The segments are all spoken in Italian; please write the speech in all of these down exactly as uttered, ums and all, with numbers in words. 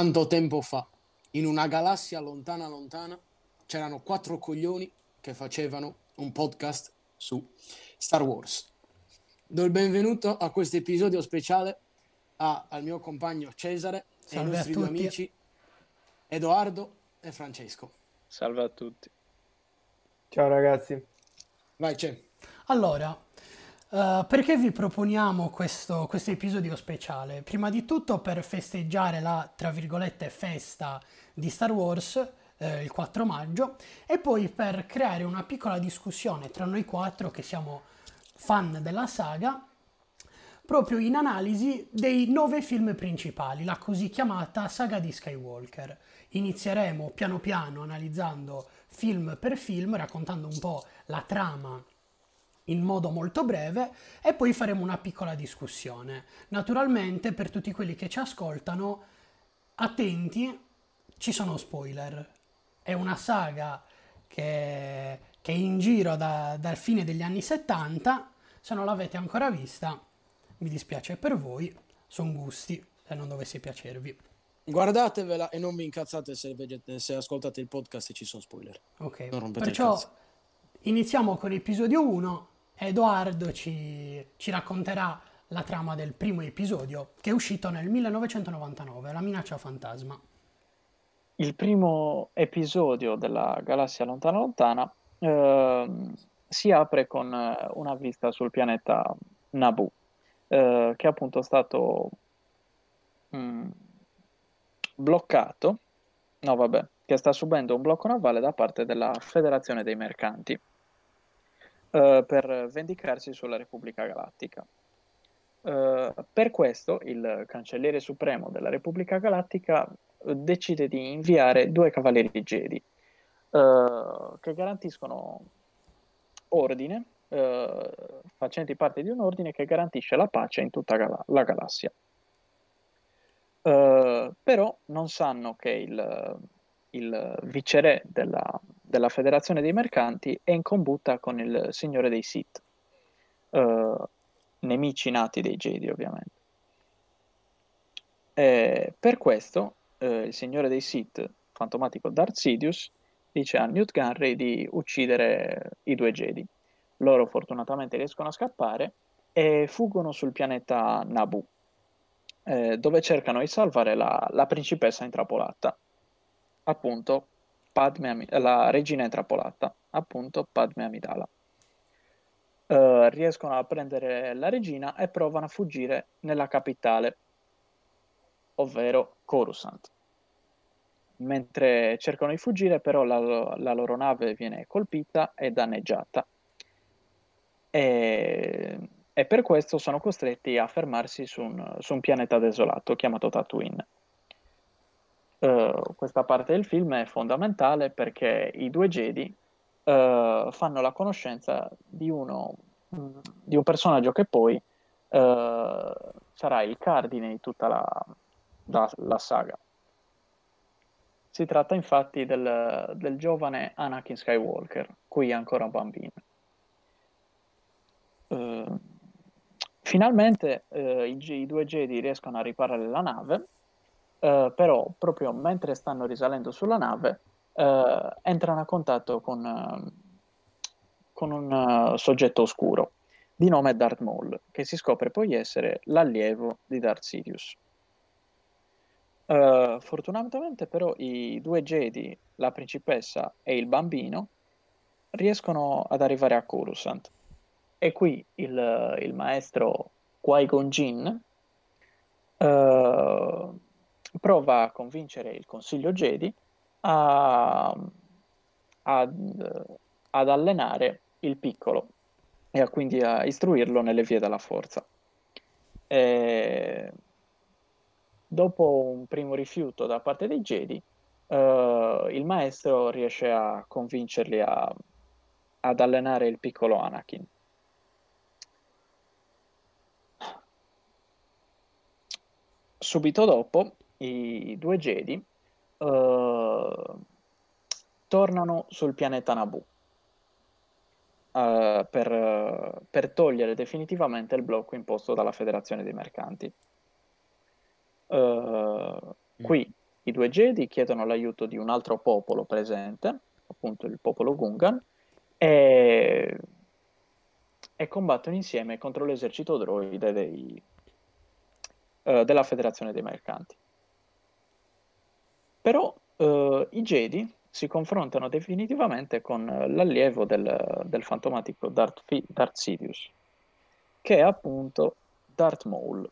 Tanto tempo fa, in una galassia lontana lontana, c'erano quattro coglioni che facevano un podcast su Star Wars. Do il benvenuto a questo episodio speciale a- al mio compagno Cesare e ai Salve a nostri due tutti. amici Edoardo e Francesco. Salve a tutti. Ciao ragazzi. Vai, c'è. Allora, eh, perché vi proponiamo questo, questo episodio speciale? Prima di tutto per festeggiare la, tra virgolette, festa di Star Wars, eh, il quattro maggio, e poi per creare una piccola discussione tra noi quattro che siamo fan della saga, proprio in analisi dei nove film principali, la così chiamata saga di Skywalker. Inizieremo piano piano analizzando film per film, raccontando un po' la trama in modo molto breve e poi faremo una piccola discussione. Naturalmente, per tutti quelli che ci ascoltano, attenti, ci sono spoiler. È una saga che, che è in giro da- dal fine degli anni settanta. Se non l'avete ancora vista, mi dispiace per voi, sono gusti, se non dovesse piacervi. Guardatevela e non vi incazzate se, vegete- se ascoltate il podcast e ci sono spoiler. Ok, Non rompete il perciò cazzo. iniziamo con episodio uno. Edoardo ci, ci racconterà la trama del primo episodio, che è uscito nel millenovecentonovantanove, La minaccia fantasma. Il primo episodio della Galassia Lontana Lontana ehm, si apre con eh, una vista sul pianeta Naboo, eh, che è appunto stato mm, bloccato, no vabbè, che sta subendo un blocco navale da parte della Federazione dei Mercanti eh, per vendicarsi sulla Repubblica Galattica. Eh, per questo il cancelliere supremo della Repubblica Galattica eh, decide di inviare due cavalieri Jedi eh, che garantiscono ordine, eh, facenti parte di un ordine che garantisce la pace in tutta gala- la galassia. Eh, però non sanno che il, il viceré della, della Federazione dei Mercanti è in combutta con il Signore dei Sith, eh, nemici nati dei Jedi ovviamente. E per questo eh, il Signore dei Sith, fantomatico Darth Sidious, dice a Newt Gunray di uccidere i due Jedi. Loro fortunatamente riescono a scappare e fuggono sul pianeta Naboo, eh, dove cercano di salvare la, la principessa intrappolata, appunto Padme Ami- la regina intrappolata, appunto Padme Amidala. Eh, riescono a prendere la regina e provano a fuggire nella capitale, ovvero Coruscant. Mentre cercano di fuggire, però la, la loro nave viene colpita e danneggiata. E, e per questo sono costretti a fermarsi su un, su un pianeta desolato chiamato Tatooine. Uh, questa parte del film è fondamentale perché i due Jedi uh, fanno la conoscenza di, uno, mh, di un personaggio che poi uh, sarà il cardine di tutta la, la, la saga. Si tratta infatti del, del giovane Anakin Skywalker, qui è ancora un bambino. Uh, finalmente uh, i, i due Jedi riescono a riparare la nave. Uh, però proprio mentre stanno risalendo sulla nave uh, entrano a contatto con, uh, con un uh, soggetto oscuro di nome Darth Maul, che si scopre poi essere l'allievo di Darth Sidious. Uh, fortunatamente però i due Jedi, la principessa e il bambino, riescono ad arrivare a Coruscant e qui il, il maestro Qui-Gon Jinn Uh, prova a convincere il Consiglio Jedi a, ad, ad allenare il piccolo e a, quindi a istruirlo nelle vie della forza. E, dopo un primo rifiuto da parte dei Jedi, uh, il maestro riesce a convincerli a, ad allenare il piccolo Anakin. Subito dopo, i due Jedi uh, tornano sul pianeta Naboo uh, per, per togliere definitivamente il blocco imposto dalla Federazione dei Mercanti. Uh, qui I due Jedi chiedono l'aiuto di un altro popolo presente, appunto il popolo Gungan, e, e combattono insieme contro l'esercito droide dei, eh, della Federazione dei Mercanti. Però eh, i Jedi si confrontano definitivamente con l'allievo del, del fantomatico Darth, Fi- Darth Sidious, che è appunto Darth Maul.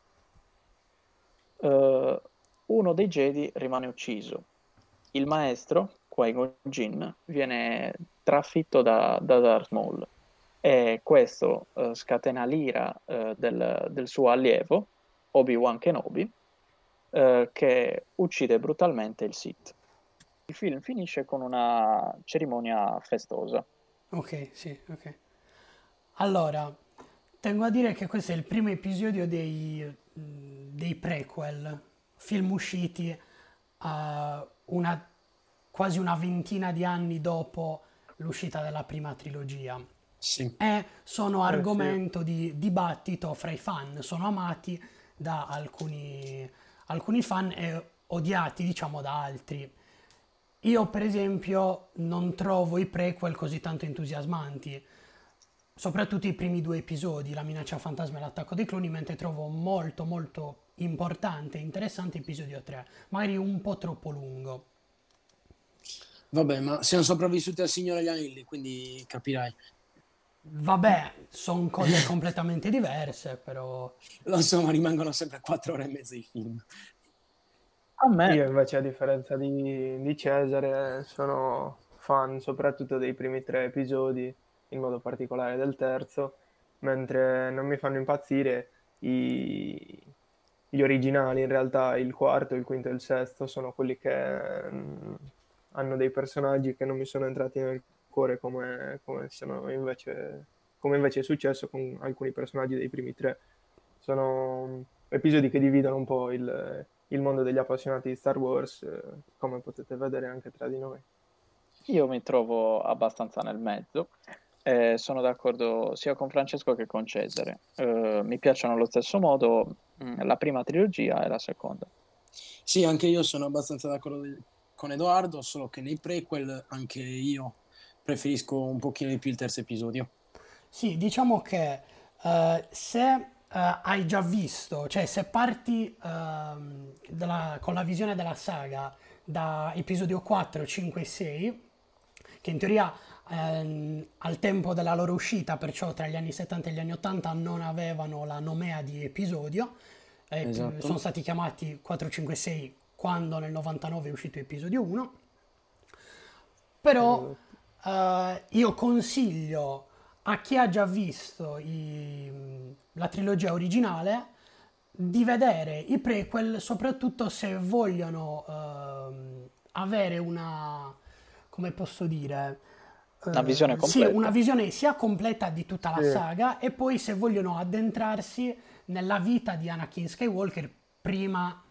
Uh, uno dei Jedi rimane ucciso. Il maestro, Qui-Gon Jinn, viene trafitto da, da Darth Maul e questo uh, scatena l'ira uh, del, del suo allievo, Obi-Wan Kenobi, uh, che uccide brutalmente il Sith. Il film finisce con una cerimonia festosa. Ok, sì, ok. Allora, tengo a dire che questo è il primo episodio dei, mh, dei prequel, film usciti a una, quasi una ventina di anni dopo l'uscita della prima trilogia. Sì. E sono Eh, sì. argomento di dibattito fra i fan, sono amati da alcuni, alcuni fan e odiati, diciamo, da altri. Io, per esempio, non trovo i prequel così tanto entusiasmanti, soprattutto i primi due episodi, La minaccia fantasma e l'attacco dei cloni, mentre trovo molto molto importante e interessante episodio tre, magari un po' troppo lungo. Vabbè, ma siamo sopravvissuti al Signore degli Anelli, quindi capirai. Vabbè, sono cose completamente diverse, però... Lo so, ma rimangono sempre quattro ore e mezza i film. A me, Io invece, a differenza di, di Cesare, sono fan soprattutto dei primi tre episodi, in modo particolare del terzo, mentre non mi fanno impazzire i- gli originali. In realtà il quarto, il quinto e il sesto sono quelli che mm, hanno dei personaggi che non mi sono entrati nel cuore come, come sono invece, come invece è successo con alcuni personaggi dei primi tre. Sono episodi che dividono un po' il, il mondo degli appassionati di Star Wars, eh, come potete vedere anche tra di noi. io mi trovo abbastanza nel mezzo. Eh, sono d'accordo sia con Francesco che con Cesare. Eh, mi piacciono allo stesso modo mh, la prima trilogia e la seconda. Sì, anche io sono abbastanza d'accordo di- con Edoardo, solo che nei prequel anche io preferisco un pochino di più il terzo episodio. Sì, diciamo che eh, se eh, hai già visto, cioè se parti ehm, dalla- con la visione della saga da episodio quattro, cinque e sei, che in teoria ehm, al tempo della loro uscita, perciò tra gli anni settanta e gli anni ottanta, non avevano la nomea di episodio, eh, Esatto. sono stati chiamati quattro, cinque e sei quando nel novantanove è uscito episodio uno. Però eh, io consiglio a chi ha già visto i- la trilogia originale di vedere i prequel, soprattutto se vogliono ehm, avere una, come posso dire, Una visione eh, sì, completa. una visione sia completa di tutta la Sì. saga e poi se vogliono addentrarsi nella vita di Anakin Skywalker prima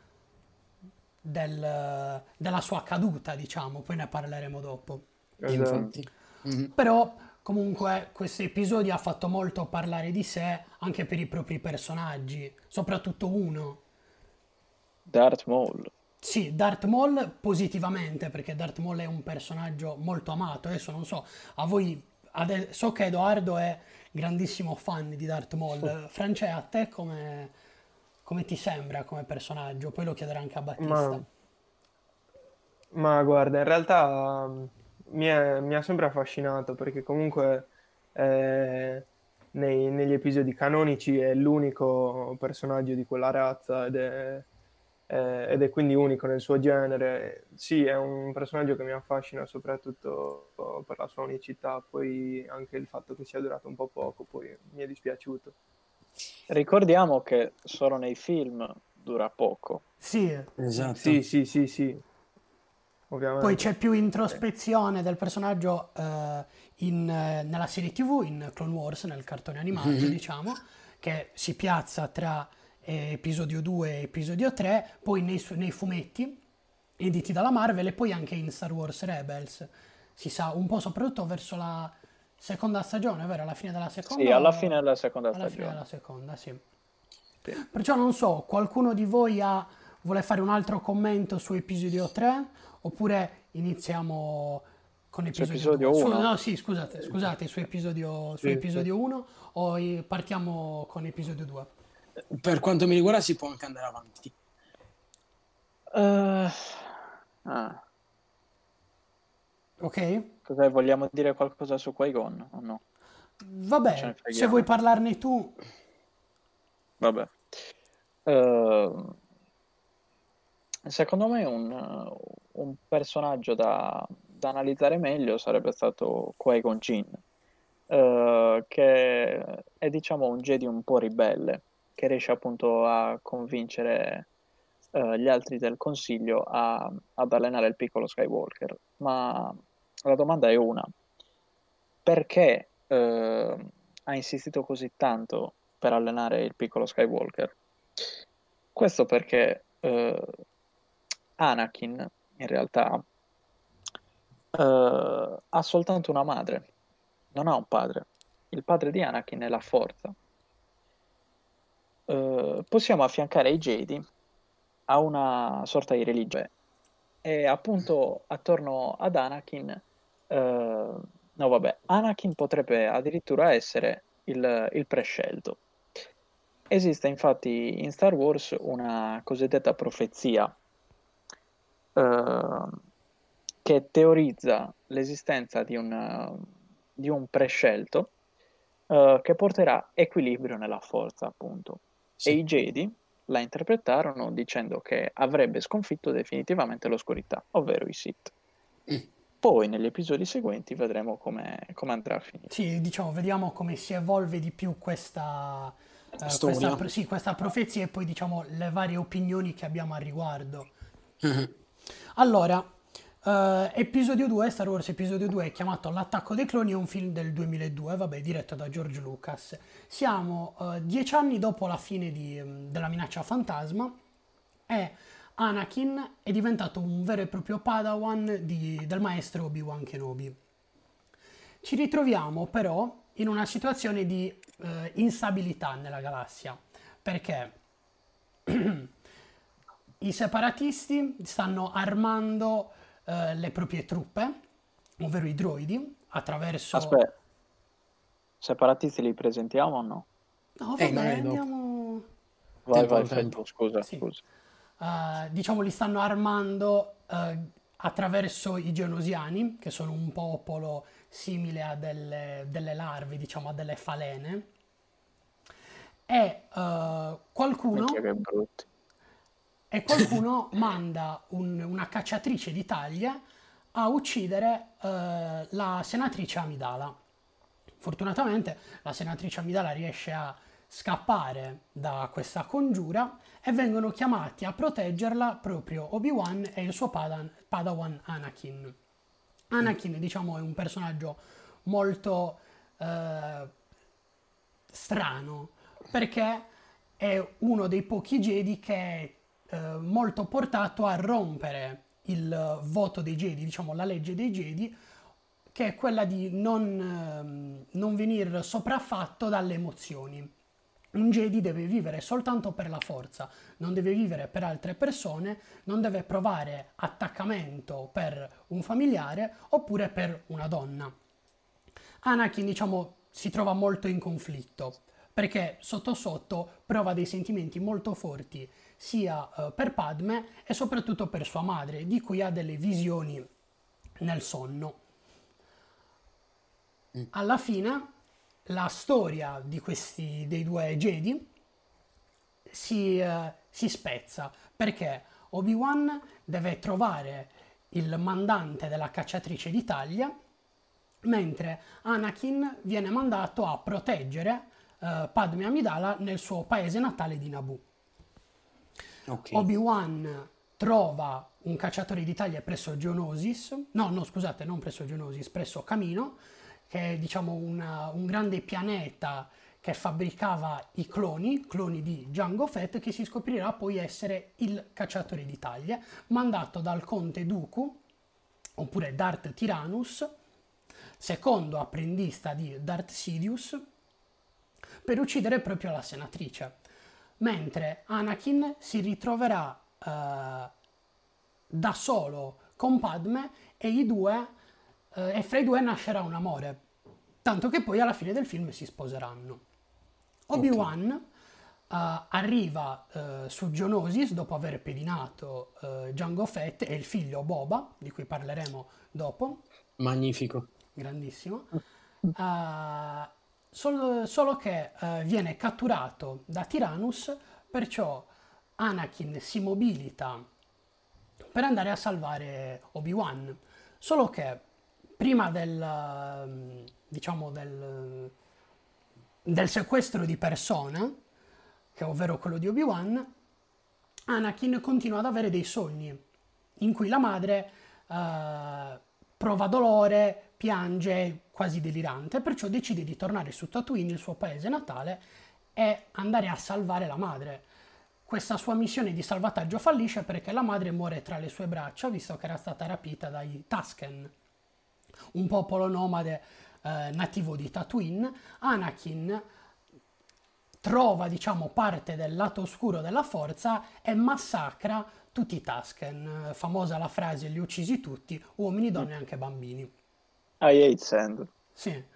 del- della sua caduta, diciamo, poi ne parleremo dopo. Esatto. Infatti. Mhm. Però comunque questo episodio ha fatto molto parlare di sé anche per i propri personaggi, soprattutto uno. Darth Maul. Sì, Darth Maul positivamente, perché Darth Maul è un personaggio molto amato. Adesso non so, a voi, ade- so che Edoardo è grandissimo fan di Darth Maul. France, a te come, come ti sembra come personaggio? Poi lo chiederò anche a Battista. Ma, ma guarda, in realtà mh, mi, è- mi ha sempre affascinato perché comunque eh, nei- negli episodi canonici è l'unico personaggio di quella razza ed è, eh, ed è quindi unico nel suo genere. Sì, è un personaggio che mi affascina soprattutto per la sua unicità, poi anche il fatto che sia durato un po' poco, poi mi è dispiaciuto. Ricordiamo che solo nei film dura poco. Sì, Esatto. Sì, sì, sì, sì, poi ovviamente. c'è più introspezione del personaggio eh, in, eh, nella serie T V, in Clone Wars, nel cartone animato, diciamo, che si piazza tra eh, episodio due e episodio tre, poi nei, su- nei fumetti editi dalla Marvel e poi anche in Star Wars Rebels. Si sa, un po' soprattutto verso la seconda stagione, vero? Alla fine della seconda? Sì, alla o- fine della seconda Alla fine stagione. della seconda, sì. Sì. Perciò non so, qualcuno di voi ha vuole fare un altro commento su episodio tre oppure iniziamo con Su episodio episodio due? Su- uno? no, sì, scusate, scusate, su episodio, su Sì, sì. episodio uno o i- partiamo con episodio due? Per quanto mi riguarda si può anche andare avanti. Eh, ah, Ok? Cos'è? Vogliamo dire qualcosa su Qui-Gon o no? Non ce Vabbè, ne se vuoi freghiamo. parlarne tu, Vabbè. Eh, Secondo me un, un personaggio da, da analizzare meglio sarebbe stato Qui-Gon Jinn, eh, che è diciamo un Jedi un po' ribelle, che riesce appunto a convincere eh, gli altri del consiglio a- ad allenare il piccolo Skywalker. Ma la domanda è una: perché eh, ha insistito così tanto per allenare il piccolo Skywalker? Questo perché eh, Anakin, in realtà, eh, ha soltanto una madre, non ha un padre. Il padre di Anakin è la forza. Eh, possiamo affiancare i Jedi a una sorta di religione. E appunto attorno ad Anakin, eh, no vabbè, Anakin potrebbe addirittura essere il, il prescelto. Esiste infatti in Star Wars una cosiddetta profezia eh, che teorizza l'esistenza di un, di un prescelto eh, che porterà equilibrio nella forza, appunto. E Sì. i Jedi la interpretarono dicendo che avrebbe sconfitto definitivamente l'oscurità, ovvero i Sith. Mm. Poi negli episodi seguenti vedremo come, come andrà a finire. sì, diciamo, vediamo come si evolve di più questa, eh, questa, Storia. pro- sì, questa profezia e poi diciamo le varie opinioni che abbiamo a riguardo. Mhm. Allora, eh, episodio due, Star Wars episodio due è chiamato L'attacco dei cloni, è un film del duemiladue, vabbè, diretto da George Lucas. Siamo eh, dieci anni dopo la fine di, mm, della minaccia fantasma e Anakin è diventato un vero e proprio Padawan di- del maestro Obi-Wan Kenobi. Ci ritroviamo però in una situazione di eh, instabilità nella galassia, perché i separatisti stanno armando eh, le proprie truppe, ovvero i droidi, attraverso... Aspetta, separatisti li presentiamo o no? No, Eh, vabbè, magari dopo. andiamo... Vai, Tempo vai, al fai tempo. tu, scusa, Sì. scusa. Eh, diciamo li stanno armando eh, attraverso i geonosiani, che sono un popolo simile a delle, delle larve, diciamo a delle falene, e eh, Minchia qualcuno che brutti. e qualcuno manda un- una cacciatrice di taglie a uccidere eh, la senatrice Amidala. Fortunatamente la senatrice Amidala riesce a scappare da questa congiura e vengono chiamati a proteggerla proprio Obi-Wan e il suo padan- Padawan Anakin. Anakin, diciamo, è un personaggio molto eh, strano perché è uno dei pochi Jedi che è eh, molto portato a rompere il voto dei Jedi, diciamo la legge dei Jedi, che è quella di non, ehm, non venire sopraffatto dalle emozioni. Un Jedi deve vivere soltanto per la forza, non deve vivere per altre persone, non deve provare attaccamento per un familiare oppure per una donna. Anakin, diciamo, si trova molto in conflitto perché sotto sotto prova dei sentimenti molto forti sia eh, per Padme e soprattutto per sua madre, di cui ha delle visioni nel sonno. Alla fine la storia di questi dei due Jedi si, eh, si spezza perché Obi-Wan deve trovare il mandante della cacciatrice di taglia, mentre Anakin viene mandato a proteggere eh, Padme Amidala nel suo paese natale di Naboo. Ok. Obi-Wan trova un cacciatore di taglie presso Geonosis, no, no, scusate, non presso Geonosis, presso Camino, che è diciamo una- un grande pianeta che fabbricava i cloni, cloni di Jango Fett, che si scoprirà poi essere il cacciatore di taglie, mandato dal conte Dooku, oppure Darth Tyrannus, secondo apprendista di Darth Sidious, per uccidere proprio la senatrice. Mentre Anakin si ritroverà eh, da solo con Padme e i due, eh, e fra i due nascerà un amore, tanto che poi alla fine del film si sposeranno. Obi-Wan eh, arriva eh, su Geonosis dopo aver pedinato eh, Jango Fett e il figlio Boba, di cui parleremo dopo, Magnifico. grandissimo, eh, sol- solo che eh, viene catturato da Tyrannus, perciò Anakin si mobilita per andare a salvare Obi-Wan. Solo che prima del, ehm, diciamo, del, del sequestro di persona, che ovvero quello di Obi-Wan, Anakin continua ad avere dei sogni in cui la madre eh, prova dolore, piange, quasi delirante, perciò decide di tornare su Tatooine, il suo paese natale, e andare a salvare la madre. Questa sua missione di salvataggio fallisce perché la madre muore tra le sue braccia, visto che era stata rapita dai Tusken, un popolo nomade eh, nativo di Tatooine. Anakin trova, diciamo, parte del lato oscuro della forza e massacra tutti i Tusken. Famosa la frase: li uccisi tutti, uomini, donne e anche bambini. I hate sand. Sì.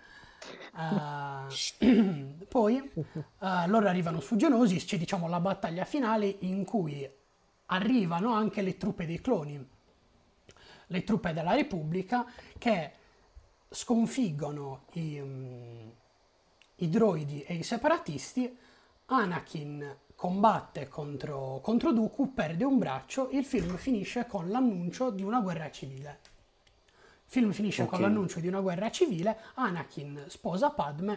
Uh, poi uh, loro arrivano su Geonosis, c'è, diciamo, la battaglia finale in cui arrivano anche le truppe dei cloni, le truppe della Repubblica, che sconfiggono i, um, i droidi e i separatisti. Anakin combatte contro, contro Dooku, perde un braccio. Il film finisce con l'annuncio di una guerra civile. Il film finisce Ok. con l'annuncio di una guerra civile. Anakin sposa Padme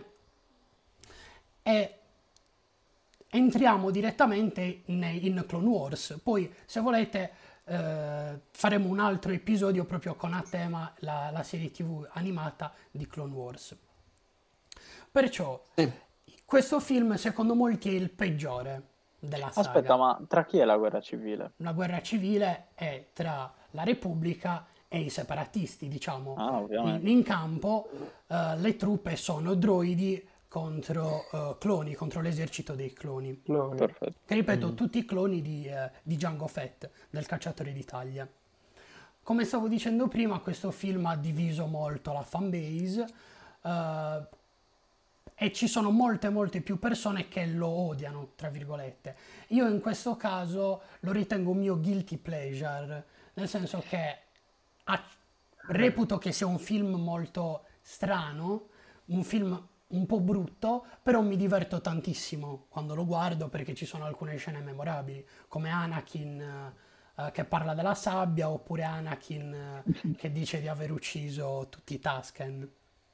e entriamo direttamente in, in Clone Wars. Poi, se volete, eh, faremo un altro episodio proprio con a tema la, la serie tivù animata di Clone Wars. Perciò Sì. questo film, secondo molti, è il peggiore della saga. Aspetta, ma tra chi è la guerra civile? La guerra civile è tra la Repubblica e i separatisti, diciamo. Ah, ovviamente. In, in campo eh, le truppe sono droidi contro eh, cloni, contro l'esercito dei cloni. Cloni. Perfetto. Che, ripeto, tutti i cloni di, eh, di Jango Fett, del Cacciatore d'Italia. Come stavo dicendo prima, questo film ha diviso molto la fanbase, eh, e ci sono molte molte più persone che lo odiano, tra virgolette. Io in questo caso lo ritengo un mio guilty pleasure, nel senso che ha- reputo che sia un film molto strano, un film un po' brutto, però mi diverto tantissimo quando lo guardo perché ci sono alcune scene memorabili, come Anakin eh, eh, che parla della sabbia, oppure Anakin eh, che dice di aver ucciso tutti i Tusken.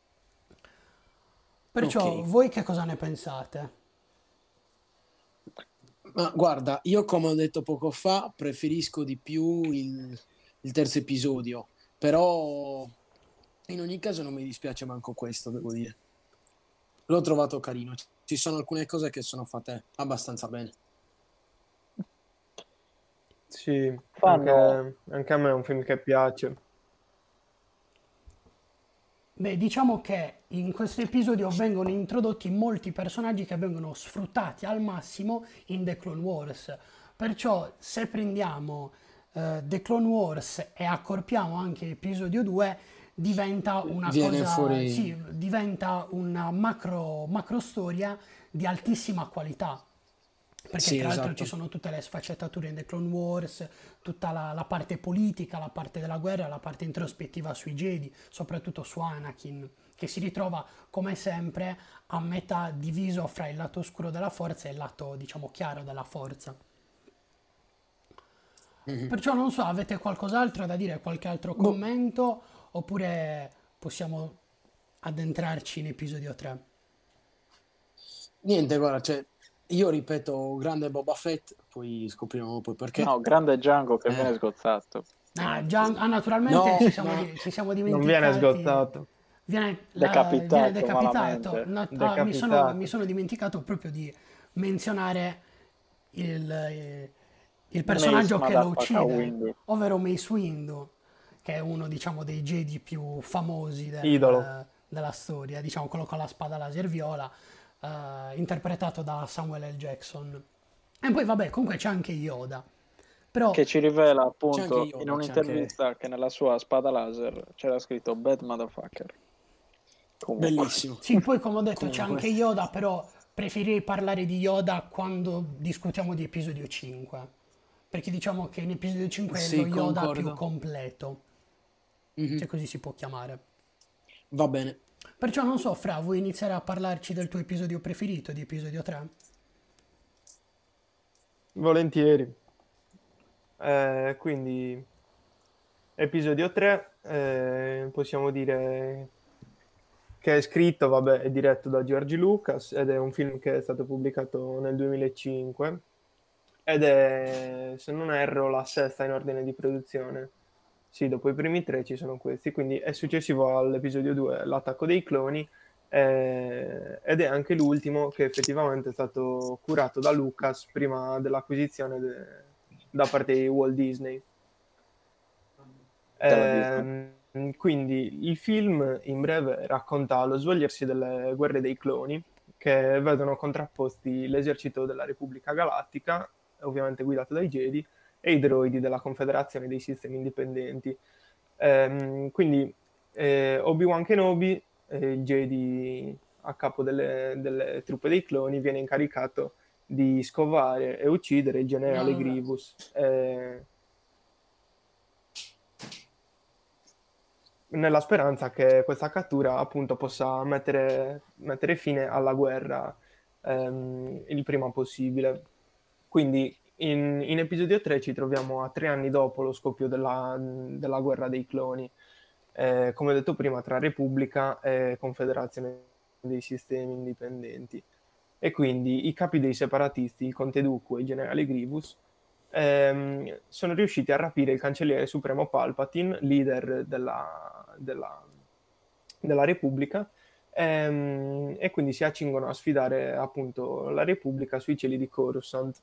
Perciò Ok. voi che cosa ne pensate? Ma guarda, io come ho detto poco fa, preferisco di più il, il terzo episodio, però in ogni caso non mi dispiace manco questo, devo dire. L'ho trovato carino, ci sono alcune cose che sono fatte abbastanza bene. Sì, Fanno- anche, anche a me è un film che piace. Beh, diciamo che in questo episodio vengono introdotti molti personaggi che vengono sfruttati al massimo in The Clone Wars. Perciò, se prendiamo eh, The Clone Wars e accorpiamo anche episodio due, diventa una Viene cosa, fuori- sì, diventa una macro, macro storia di altissima qualità. Perché Sì, tra l'altro esatto. ci sono tutte le sfaccettature in The Clone Wars, tutta la, la parte politica, la parte della guerra, la parte introspettiva sui Jedi, soprattutto su Anakin, che si ritrova come sempre a metà diviso fra il lato oscuro della forza e il lato, diciamo, chiaro della forza. Mhm. Perciò non so, avete qualcos'altro da dire, qualche altro Boh. commento, oppure possiamo addentrarci in episodio tre? Niente, guarda, cioè, io ripeto, grande Boba Fett, poi scopriremo poi perché. No, grande Django che Eh. viene sgottato. Ah, già, ah, naturalmente No, ci siamo, ma- di- ci siamo Non dimenticati. viene sgottato. Viene, la- Decapitato viene decapitato. malamente. No, ah, Decapitato. mi sono, mi sono dimenticato proprio di menzionare il, eh, il personaggio Mace che lo Motherfucker uccide, Windu. ovvero Mace Windu, che è uno, diciamo, dei Jedi più famosi del- Idolo. della storia, diciamo quello con la spada laser viola, eh, interpretato da Samuel L. Jackson. E poi vabbè, comunque c'è anche Yoda, Però Che ci rivela C'è anche appunto Yoda, in c'è un'intervista che nella sua spada laser c'era scritto Bad Motherfucker. Comunque. Bellissimo. sì, poi come ho detto c'è Comunque. anche Yoda, però preferirei parlare di Yoda quando discutiamo di episodio cinque. Perché diciamo che in episodio cinque è lo Sì, Yoda più concordo. completo, Mhm. se così si può chiamare. Va bene. Perciò non so, Fra, vuoi iniziare a parlarci del tuo episodio preferito, di episodio tre? Volentieri. Eh, quindi, episodio tre, eh, possiamo dire che è scritto, vabbè, è diretto da George Lucas ed è un film che è stato pubblicato nel duemilacinque ed è, se non erro, la sesta in ordine di produzione. Sì, dopo i primi tre ci sono questi, quindi è successivo all'episodio due, l'attacco dei cloni, eh, ed è anche l'ultimo che effettivamente è stato curato da Lucas prima dell'acquisizione de- da parte di Walt Disney. Dalla Disney. Ehm, quindi il film in breve racconta lo svolgersi delle guerre dei cloni che vedono contrapposti l'esercito della Repubblica Galattica, ovviamente guidato dai Jedi, e i droidi della Confederazione dei Sistemi Indipendenti. Ehm, quindi eh, Obi-Wan Kenobi, eh, il Jedi a capo delle, delle truppe dei cloni, viene incaricato di scovare e uccidere il generale Grievous. Eh, nella speranza che questa cattura appunto possa mettere, mettere fine alla guerra ehm, il prima possibile. Quindi in, in episodio tre ci troviamo a tre anni dopo lo scoppio della, della guerra dei cloni, eh, come detto prima, tra Repubblica e Confederazione dei Sistemi Indipendenti. E quindi i capi dei separatisti, il Conte Dooku e il generale Grievous, ehm, sono riusciti a rapire il cancelliere supremo Palpatine, leader della, della, della Repubblica, ehm, e quindi si accingono a sfidare appunto la Repubblica sui cieli di Coruscant.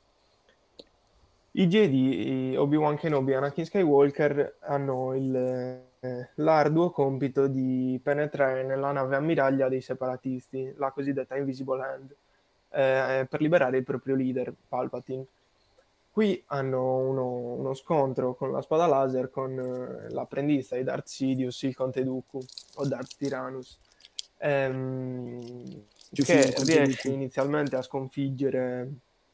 I Jedi, Obi-Wan Kenobi e Anakin Skywalker, hanno il, eh, l'arduo compito di penetrare nella nave ammiraglia dei separatisti, la cosiddetta Invisible Hand, eh, per liberare il proprio leader, Palpatine. Qui hanno uno, uno scontro con la spada laser con eh, l'apprendista di Darth Sidious, il Conte Dooku, o Darth Tyrannus, ehm, Più figo che il Conte riesce Dooku. inizialmente a sconfiggere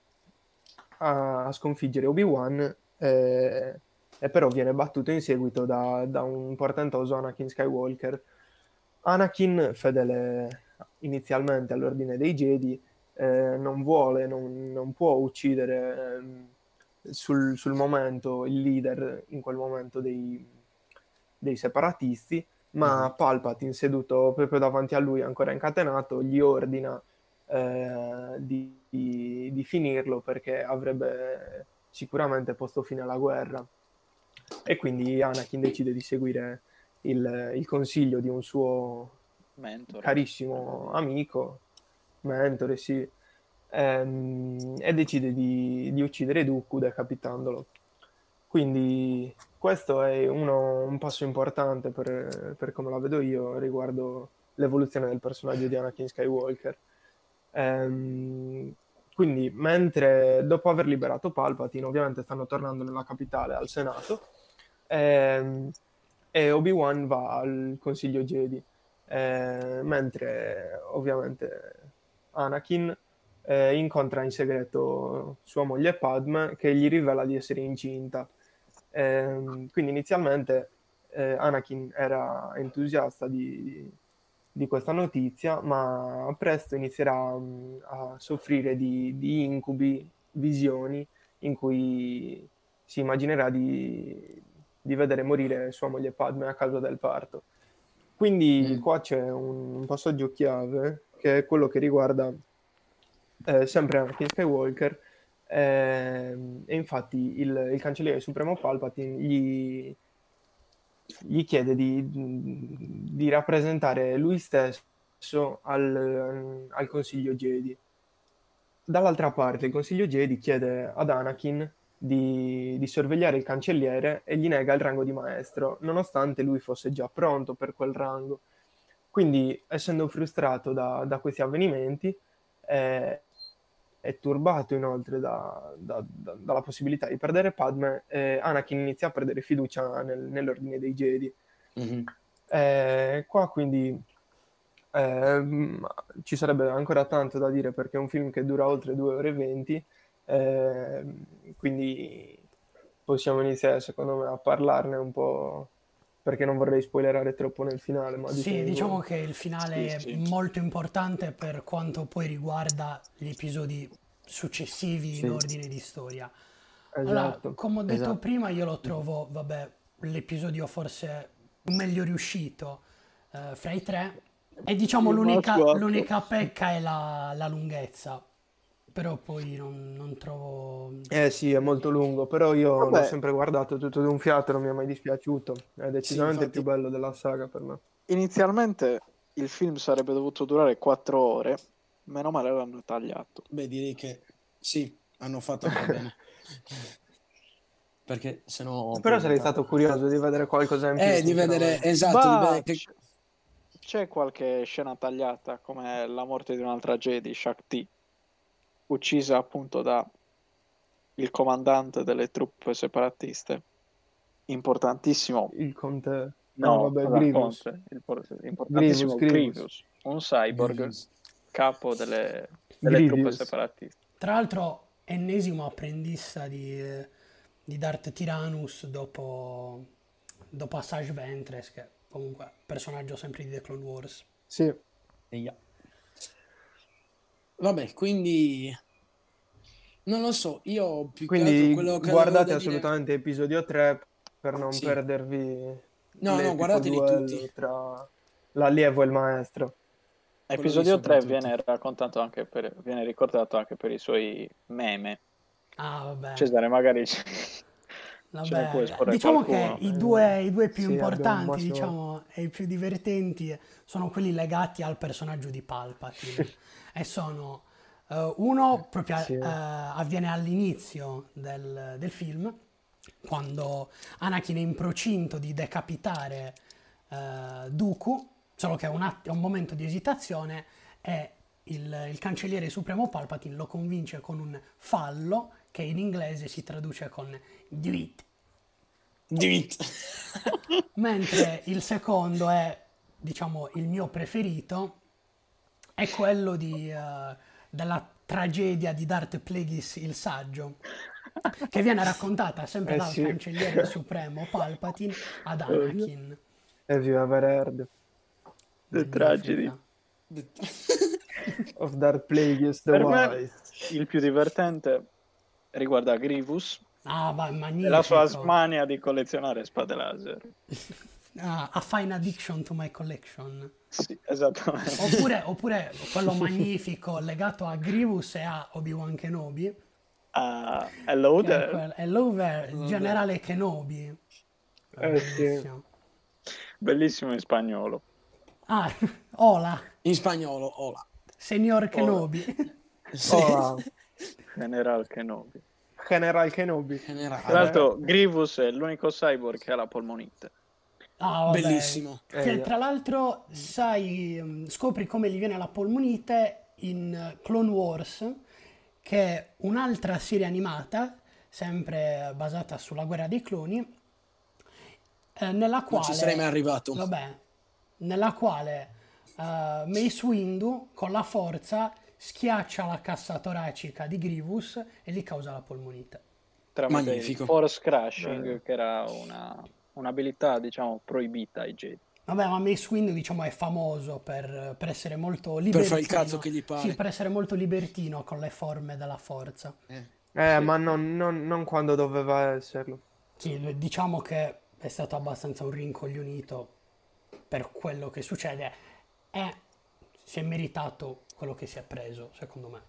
a, a sconfiggere Obi-Wan, eh, e però viene battuto in seguito da, da un portentoso Anakin Skywalker. Anakin, fedele inizialmente all'ordine dei Jedi, eh, non vuole, non, non può uccidere ehm, sul, sul momento il leader in quel momento dei, dei separatisti, ma Mhm. Palpatine, seduto proprio davanti a lui, ancora incatenato, gli ordina eh, di, di, di finirlo perché avrebbe sicuramente posto fine alla guerra. E quindi Anakin decide di seguire il, il consiglio di un suo Mentore. carissimo amico, mentore, sì, ehm, e decide di, di uccidere Dooku decapitandolo. Quindi questo è uno, un passo importante per, per come la vedo io riguardo l'evoluzione del personaggio di Anakin Skywalker. Ehm, quindi, mentre dopo aver liberato Palpatine, ovviamente stanno tornando nella capitale, al Senato, ehm, e Obi-Wan va al Consiglio Jedi, eh, mentre ovviamente Anakin eh, incontra in segreto sua moglie Padme che gli rivela di essere incinta. Ehm, quindi inizialmente eh, Anakin era entusiasta di, di questa notizia, ma presto inizierà mh, a soffrire di, di incubi, visioni in cui si immaginerà di, di vedere morire sua moglie Padme a causa del parto. Quindi Mm. qua c'è un, un passaggio chiave che è quello che riguarda eh, sempre Anakin Skywalker, ehm, e infatti il, il cancelliere supremo Palpatine gli, gli chiede di, di rappresentare lui stesso al, al Consiglio Jedi. Dall'altra parte, il Consiglio Jedi chiede ad Anakin di, di sorvegliare il cancelliere e gli nega il rango di maestro, nonostante lui fosse già pronto per quel rango. Quindi, essendo frustrato da, da questi avvenimenti, eh, è turbato inoltre da- da- da- dalla possibilità di perdere Padme, e Anakin inizia a perdere fiducia nel- nell'ordine dei Jedi. Mhm. Eh, qua quindi ehm, ci sarebbe ancora tanto da dire perché è un film che dura oltre due ore e venti, ehm, quindi possiamo iniziare secondo me a parlarne un po', perché non vorrei spoilerare troppo nel finale, ma Sì, ditemi diciamo voi. che il finale Sì, è sì. molto importante per quanto poi riguarda gli episodi successivi in Sì, ordine di storia. Allora, esatto. come ho detto Esatto. prima, io lo trovo, vabbè, l'episodio forse meglio riuscito eh, fra i tre. E diciamo Io l'unica, Max quattro. l'unica pecca è la, la lunghezza. Però poi non, non trovo... Eh sì, è molto lungo, però io l'ho Vabbè, sempre guardato tutto d'un fiato, non mi è mai dispiaciuto. È Sì, decisamente il più infatti, bello della saga per me. inizialmente il film sarebbe dovuto durare quattro ore, meno male l'hanno tagliato. beh, direi che sì, hanno fatto anche bene. Perché sennò poi Però sarei diventa... stato curioso di vedere qualcosa in più, Eh, di vedere, sinceramente. esatto, di Ma vedere che... c- c'è qualche scena tagliata, come la morte di un'altra Jedi, Shakti, uccisa appunto da il comandante delle truppe separatiste. Importantissimo. Il conte... Ah, No, vabbè, dal Grievous. Conte, il por- Grievous, importantissimo Grievous. Grievous, un cyborg, Grievous. capo delle, delle truppe Grievous. separatiste. Tra l'altro, ennesimo apprendista di, di Darth Tyrannus dopo, dopo Asajj Ventress, che comunque personaggio sempre di The Clone Wars. Sì, Eia. Vabbè, quindi... Non lo so, io più che altro quindi quello che avevo guardate da dire... assolutamente episodio tre per non Sì, perdervi no, no, l'epico guardateli tutti. duello tra l'allievo e il maestro. Quello vi Episodio tre soprattutto. viene raccontato anche per, viene ricordato anche per i suoi meme. Ah, vabbè. Cesare, magari ce, ce ne può Vabbè, esporre diciamo qualcuno. che i due, i due più Sì, abbiamo importanti, mosso- diciamo, e i più divertenti sono quelli legati al personaggio di Palpatine. E sono eh, uno proprio Sì. eh, avviene all'inizio del, del film, quando Anakin è in procinto di decapitare eh, Dooku, solo che è un, att- è un momento di esitazione e il, il cancelliere supremo Palpatine lo convince con un fallo che in inglese si traduce con do it. Divit. Mentre il secondo è, diciamo, il mio preferito, è quello di, eh, della tragedia di Darth Plagueis il Saggio, che viene raccontata sempre Eh dal sì. cancelliere supremo Palpatine ad Anakin. Evviva Vererd The Tragedy. Magnifica. of Darth Plagueis the Per me Wise. il più divertente riguarda Grievous Ah, va, e la sua magnifico. smania di collezionare spade laser. Ah, a fine addiction to my collection. Sì, esattamente. Oppure, oppure quello magnifico legato a Grievous e a Obi-Wan Kenobi, Ah, hello che è there. quel, Hello there, il generale Kenobi. Eh sì. Bellissimo. Bellissimo in spagnolo. Ah, hola, In spagnolo, hola. signor Kenobi. Sì. Hola, General Kenobi. General Kenobi. Generale. Tra l'altro Grievous è l'unico cyborg che ha la polmonite. Ah, vabbè. Bellissimo. Che Eh, tra l'altro sai, mm, scopri come gli viene la polmonite in eh, Clone Wars, che è un'altra serie animata, sempre basata sulla guerra dei cloni, eh, nella Non quale... ci sarei mai arrivato. Vabbè, nella quale eh, Mace Windu con la forza schiaccia la cassa toracica di Grievous e gli causa la polmonite. Tramite Magnifico. il Force Crashing, Bello. che era una, un'abilità, diciamo, proibita ai Jedi. Vabbè, ma Mace Windu, diciamo, è famoso per, per essere molto libertino. Per fare il cazzo che gli pare. Sì, per essere molto libertino con le forme della forza. Eh. Eh, Sì. ma non, non- non quando doveva esserlo. Sì, diciamo che è stato abbastanza un rincoglionito per quello che succede e si è meritato quello che si è preso, secondo me.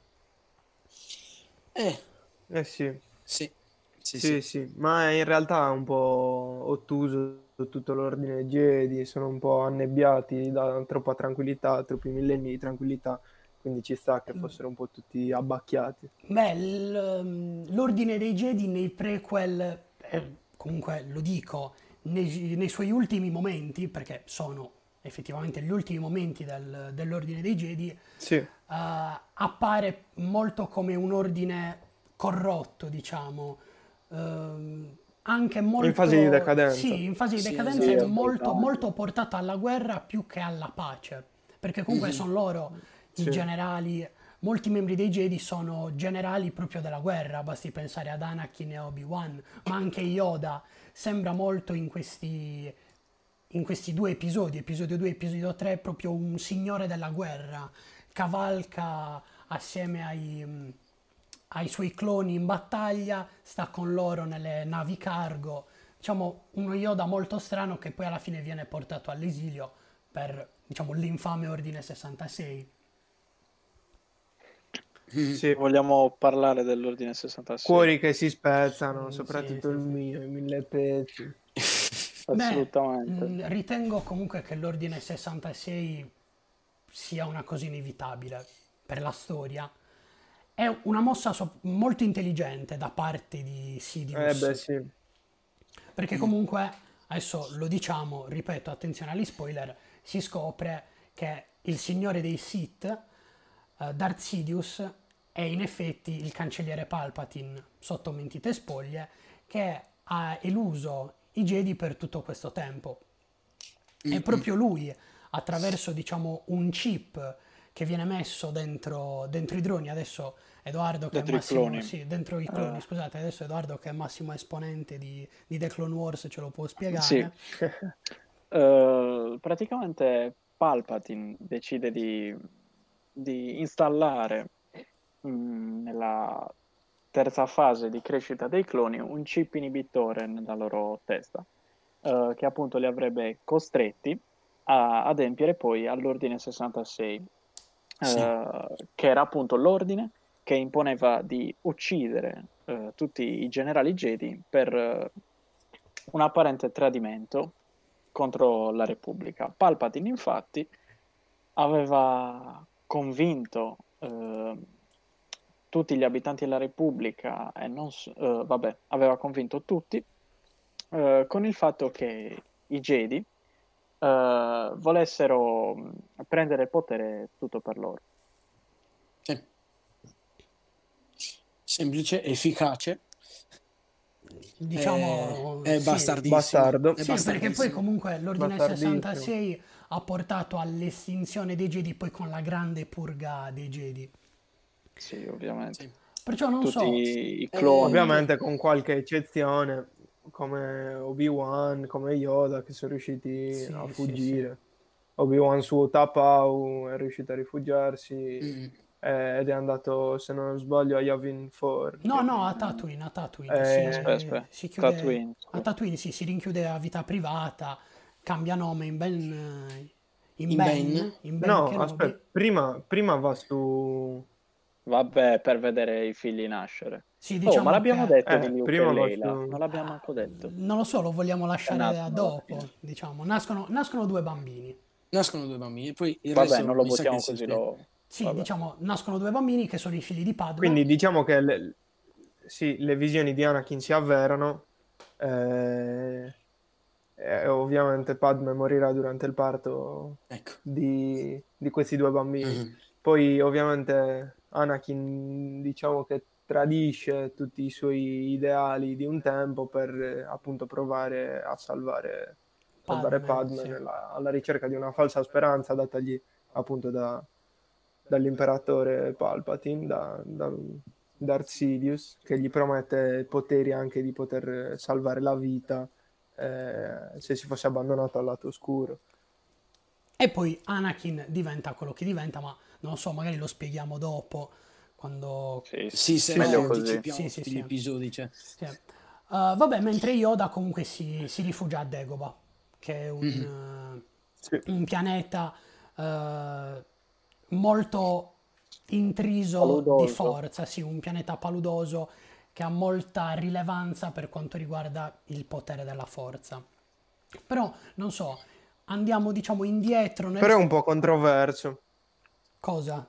Eh, Eh sì, sì. Sì, sì, sì. sì, ma in realtà è un po' ottuso tutto l'ordine Jedi, sono un po' annebbiati da troppa tranquillità, troppi millenni di tranquillità, quindi ci sta che fossero un po' tutti abbacchiati. Beh, l- l'ordine dei Jedi nei prequel, eh, comunque lo dico, nei, nei suoi ultimi momenti, perché sono effettivamente gli ultimi momenti del- dell'ordine dei Jedi, Sì, eh, appare molto come un ordine corrotto, diciamo, ehm, anche in fase di molto, decadenza. sì, in fase di Sì, decadenza Sì, e esatto. molto, assolutamente. molto portato alla guerra più che alla pace, perché comunque Mhm. sono loro i Sì. generali, molti membri dei Jedi sono generali proprio della guerra, basti pensare ad Anakin e Obi-Wan, ma anche Yoda sembra molto in questi, in questi due episodi, episodio due e episodio tre, proprio un signore della guerra, cavalca assieme ai, mh, ai suoi cloni in battaglia, sta con loro nelle navi cargo, diciamo uno Yoda molto strano che poi alla fine viene portato all'esilio per, diciamo, l'infame Ordine sessantasei. Mhm. Sì. Vogliamo parlare dell'Ordine sessantasei? Cuori che si spezzano, Mm, sì, soprattutto sì, il sì. mio, in mille pezzi. Beh, Assolutamente. mh, ritengo comunque che l'Ordine sessantasei sia una cosa inevitabile per la storia. È una mossa so- molto intelligente da parte di Eh Sidious, beh sì, perché comunque, adesso lo diciamo, ripeto, attenzione agli spoiler, si scopre che il signore dei Sith, eh, Darth Sidious, è in effetti il cancelliere Palpatine, sotto mentite spoglie, che ha eluso i Jedi per tutto questo tempo. È proprio lui, attraverso diciamo un chip che viene messo dentro, dentro i droni, adesso Edoardo che è Dentro i massimo, cloni. sì, dentro i cloni, Eh, scusate, adesso Edoardo che è massimo esponente di, di The Clone Wars ce lo può sì. spiegare. Eh, praticamente Palpatine decide di, di installare mh, nella terza fase di crescita dei cloni un chip inibitore nella loro testa, eh, che appunto li avrebbe costretti a adempiere poi all'ordine sessantasei, Sì. eh, che era appunto l'ordine che imponeva di uccidere eh, tutti i generali Jedi per eh, un apparente tradimento contro la Repubblica. Palpatine, infatti, aveva convinto eh, tutti gli abitanti della Repubblica e non s- eh, vabbè, aveva convinto tutti eh, con il fatto che i Jedi eh, volessero mh, prendere il potere tutto per loro. Sì. Semplice, efficace, Diciamo è, è sì, bastardissimo. bastardo, È sì, perché poi bastardissimo. comunque l'Ordine bastardissimo. sessantasei ha portato all'estinzione dei Jedi poi con la grande purga dei Jedi. Sì, ovviamente. Sì. Perciò non Tutti so, i Eh, cloni. Ovviamente con qualche eccezione, come Obi-Wan, come Yoda, che sono riusciti a sì, sì, sì. fuggire. Obi-Wan su Tapau è riuscito a rifugiarsi mm, eh, ed è andato, se non sbaglio, a Yavin No, Forge. no, a Tatooine, a Tatooine, Eh, Aspetta, si, aspetta. si chiude, Tatooine, a sì. Tatooine sì, si rinchiude a vita privata, cambia nome in Ben, in in Ben. Ben, in Ben no, Kenobi. aspetta, prima, prima va su... Vabbè, per vedere i figli nascere. Sì, Oh, ma diciamo l'abbiamo che, detto di Eh, Luke e prima va Leila? su... Non l'abbiamo manco detto. non lo so, lo vogliamo E lasciare a nascono alla fine. dopo, diciamo, nascono, nascono due bambini. Nascono due bambini, poi il Vabbè, resto non lo mi sa che buttiamo si così, spiega. lo... Sì, Vabbè. diciamo, nascono due bambini che sono i figli di Padme. Quindi diciamo che le, sì, le visioni di Anakin si avverano eh, e ovviamente Padme morirà durante il parto Ecco. di, di questi due bambini. Mhm. Poi ovviamente Anakin diciamo che tradisce tutti i suoi ideali di un tempo per eh, appunto provare a salvare, salvare Padme, Padme sì. nella- alla ricerca di una falsa speranza datagli appunto da, dall'imperatore Palpatine, da, da Darth Sidious, che gli promette poteri anche di poter salvare la vita eh, se si fosse abbandonato al lato oscuro. E poi Anakin diventa quello che diventa, ma non lo so, magari lo spieghiamo dopo, quando... Sì, sì. Sì, se Sì, no Meglio sì. così. anticipiamo Sì, sì, tutti gli sì. episodi. Cioè. Sì. Uh, vabbè, mentre Yoda comunque si, si rifugia a Dagobah, che è Mhm. un, Sì. uh, un pianeta uh, molto intriso di Paludoso. forza, sì, un pianeta paludoso che ha molta rilevanza per quanto riguarda il potere della forza. Però, non so, andiamo diciamo indietro nel... Però è f- un po' controverso Cosa?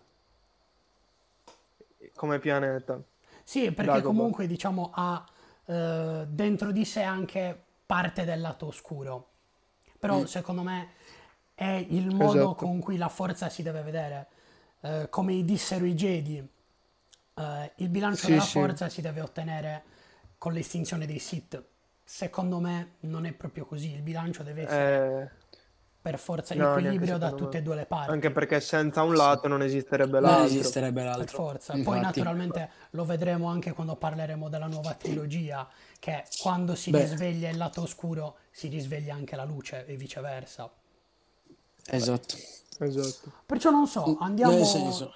come pianeta, Sì, perché Dagobah. comunque diciamo ha eh, dentro di sé anche parte del lato oscuro. Però Mm. secondo me è il modo Esatto. con cui la forza si deve vedere. Eh, come dissero i Jedi, eh, il bilancio Sì, della sì. forza si deve ottenere con l'estinzione dei Sith. Secondo me non è proprio così, il bilancio deve essere Eh, per forza in no, neanche equilibrio da secondo tutte me. e due le parti. Anche perché senza un Sì. lato non esisterebbe Non l'altro. esisterebbe Per l'altro. forza. Poi Infatti. naturalmente lo vedremo anche quando parleremo della nuova trilogia, che quando si Beh. risveglia il lato oscuro si risveglia anche la luce e viceversa. Esatto. Esatto. Perciò non so, andiamo... Nel senso,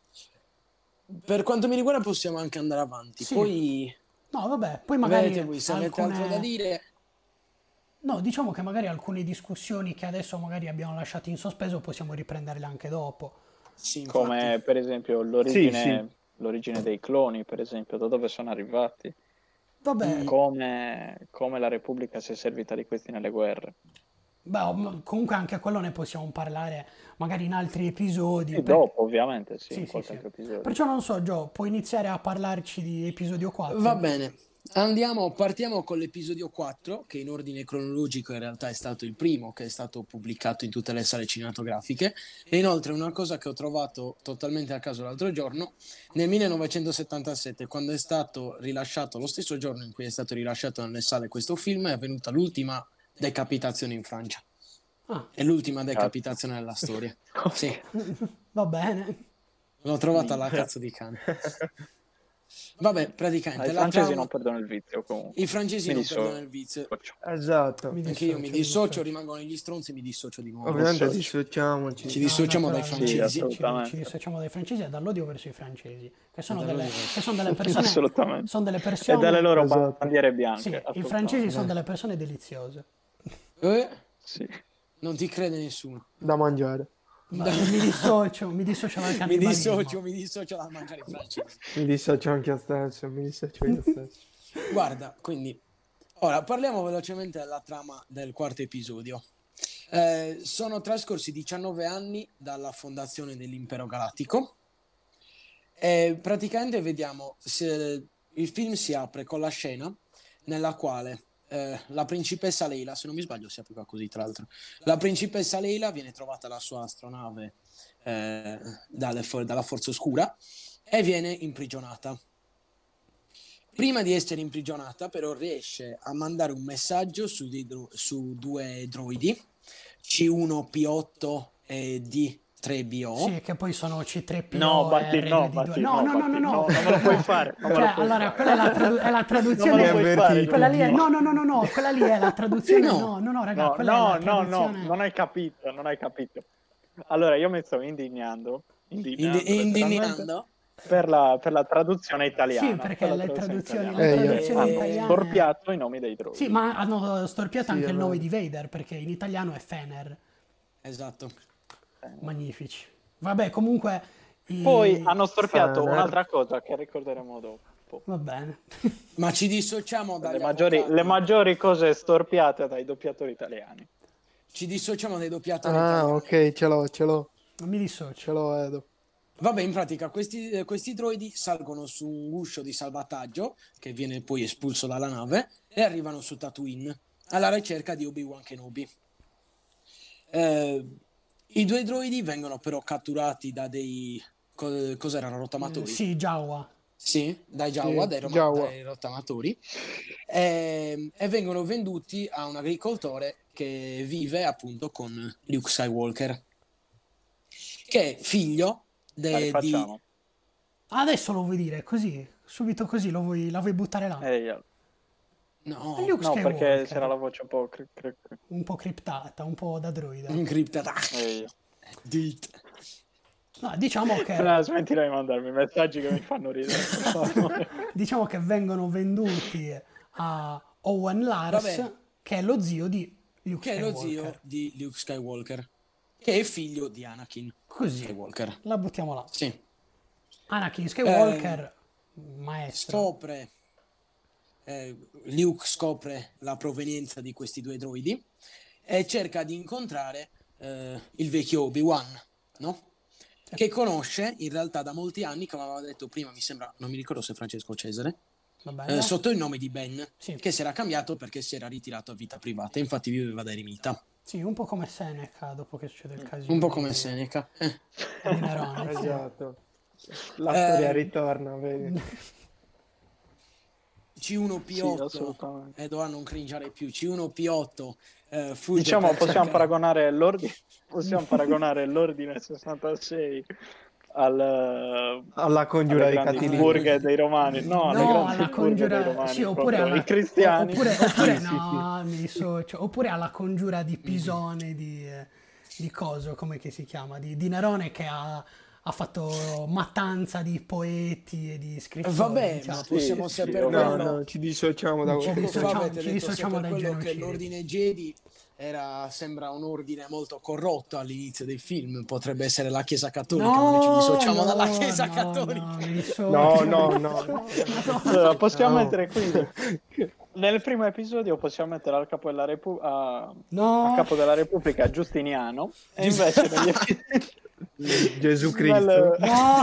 per quanto mi riguarda possiamo anche andare avanti. Sì. Poi No, vabbè, poi magari vedete voi se avete altro da alcune... dire. No, diciamo che magari alcune discussioni che adesso magari abbiamo lasciato in sospeso possiamo riprenderle anche dopo. Sì, infatti. Come per esempio l'origine, l'origine dei cloni, per esempio, da dove sono arrivati, Vabbè, Mm. come, come la Repubblica si è servita di questi nelle guerre. beh, m- comunque anche quello ne possiamo parlare magari in altri episodi. Sì, per- dopo, ovviamente, sì, Sì, in sì, qualche sì. altro episodio. Perciò non so, Gio, puoi iniziare a parlarci di episodio quattro? Va bene, andiamo, partiamo con l'episodio quattro, che in ordine cronologico in realtà è stato il primo che è stato pubblicato in tutte le sale cinematografiche. E inoltre una cosa che ho trovato totalmente a caso l'altro giorno, nel millenovecentosettantasette, quando è stato rilasciato, lo stesso giorno in cui è stato rilasciato nelle sale questo film, è avvenuta l'ultima decapitazione in Francia. Ah, È l'ultima decapitazione della storia. Sì, va bene. l'ho trovata alla cazzo di cane. Vabbè, Ah, praticamente I la francesi trama... non perdono il vizio, comunque. I francesi Mi non dissocio. perdono il vizio. Esatto. Mi Anche io mi dissocio, mi dissocio, dissocio. rimangono gli stronzi e mi dissocio di nuovo. Ovviamente Dissocio. dissociamoci. Ci No, dissociamo dai naturalmente, Sì, francesi. ci- assolutamente. Ci dissociamo dai francesi e dall'odio verso i francesi, che sono, Dall'odio delle, verso- che sono delle persone... Assolutamente. Sono delle E persone... dalle loro Esatto. bandiere bianche. Sì, i assolutamente. francesi sono delle persone deliziose. Eh, Sì. non ti crede nessuno. Da mangiare. Ma mi dissocio, mi dissocio dal Mi cannibalismo. dissocio, mi dissocio da mangiare i francesi. Mi dissocio anche io stesso, mi dissocio io stesso. Guarda, quindi, ora parliamo velocemente della trama del quarto episodio. Eh, sono trascorsi diciannove anni dalla fondazione dell'Impero Galattico e praticamente vediamo se il film si apre con la scena nella quale eh, la principessa Leila, se non mi sbaglio si apriva così tra l'altro, la principessa Leila viene trovata la sua astronave eh, dalle for- dalla Forza Oscura e viene imprigionata. Prima di essere imprigionata, però, riesce a mandare un messaggio su, dei dro- su due droidi, C uno P otto e D tre B O. Sì, che poi sono C tre P O No, e Batti, no, R due D due. Batti, No, no, no, no, Batti, no. no, non me lo puoi fare, non me Cioè, lo puoi allora, fare. quella è la, tradu- è la Non me traduzione... lo puoi fare. Quella lì è... Giorgio. No, no, no, no, no, quella lì è la traduzione... No. No, no, no, raga, No, quella è no, la no, no, traduzione... non hai capito, non hai capito. Allora, io mi sto indignando, indignando, Indi- letteralmente, indignando. per la, per la traduzione italiana. Sì, perché per la le traduzione traduzioni, italiana. le Eh, io- traduzioni Eh, italiane... Storpiato i nomi dei droidi. Sì, ma hanno storpiato Sì, anche è il nome vero. di Vader, perché in italiano è Fener. Esatto. Magnifici. Vabbè, comunque... i- Poi hanno storpiato Fener. un'altra cosa che ricorderemo dopo. Va bene. Ma ci dissociamo dagli Le maggiori, avvocati. le maggiori cose storpiate dai doppiatori italiani. Ci dissociamo dai doppiatori Ah, italiani. ok, ce l'ho, ce l'ho, Non mi dissocio. ce l'ho, Edo. Vabbè, in pratica questi, eh, questi droidi salgono su un guscio di salvataggio che viene poi espulso dalla nave e arrivano su Tatooine alla ricerca di Obi-Wan Kenobi. Eh, I due droidi vengono però catturati da dei... co- cos'erano? Rottamatori? Sì, Jawa. Sì, dai Jawa, Sì, dai, Roma- Jawa. dai rottamatori, e, e vengono venduti a un agricoltore che vive appunto con Luke Skywalker, che è figlio de- La di... rifacciamo. Adesso lo vuoi dire così? Subito così lo vuoi, la vuoi buttare là? Eh, io- No, È Luke No, perché Skywalker. c'era la voce un po'... cri- cri- cri- Un po' criptata, un po' da droide. incriptata. Eh, io. Dit. No, diciamo che, No, smettila di mandarmi messaggi che mi fanno ridere. per favore. diciamo che vengono venduti a Owen Lars, Vabbè. che è lo zio di Luke Che è lo Skywalker. zio di Luke Skywalker, che è figlio di Anakin Così, Skywalker. la buttiamo là. Sì. Anakin Skywalker, maestro. Scopre, eh, Luke scopre la provenienza di questi due droidi e cerca di incontrare eh, il vecchio Obi-Wan, no? Che conosce in realtà da molti anni, come aveva detto prima, mi sembra, non mi ricordo se Francesco o Cesare, Va bene? eh, sotto il nome di Ben, Sì. che si era cambiato perché si era ritirato a vita privata, infatti viveva da eremita. Sì, un po' come Seneca dopo che succede il casino. Un po' come di- Seneca. Eh. di Nerone, sì. Esatto. La Eh, storia ritorna, vedi? C uno P Sì, otto, assolutamente. e doveva non cringiare più, C uno P otto eh, fugge Diciamo, per possiamo cercare- paragonare l'ordine, possiamo paragonare l'ordine sessantasei al, Alla congiura alle dei grandi Catilini. burghe dei romani, no, alle No, grandi alla burghe congiura, dei romani sì, oppure contro alla, i cristiani. oppure, oppure Sì, sì, no, mi dissocio, oppure alla congiura di Pisone, di, eh, di coso, come che si chiama, di, di Nerone che ha, ha fatto mattanza di poeti e di scrittori, Vabbè, diciamo. ma possiamo Sì, sapere sì, No, quello. no, ci dissociamo da Ci Poco questo. fa dissociamo- avete ci detto se dissociamo per dai quello che genocidio. l'ordine Jedi era, sembra un ordine molto corrotto all'inizio dei film, potrebbe essere la Chiesa Cattolica, ma noi ci dissociamo no, dalla Chiesa no, Cattolica. no, mi dissocio. No, no, no, no. Allora, possiamo No. mettere quindi nel primo episodio possiamo mettere al capo della, Repu- a, No. a capo della Repubblica Giustiniano e invece negli episodi Gesù Cristo. No!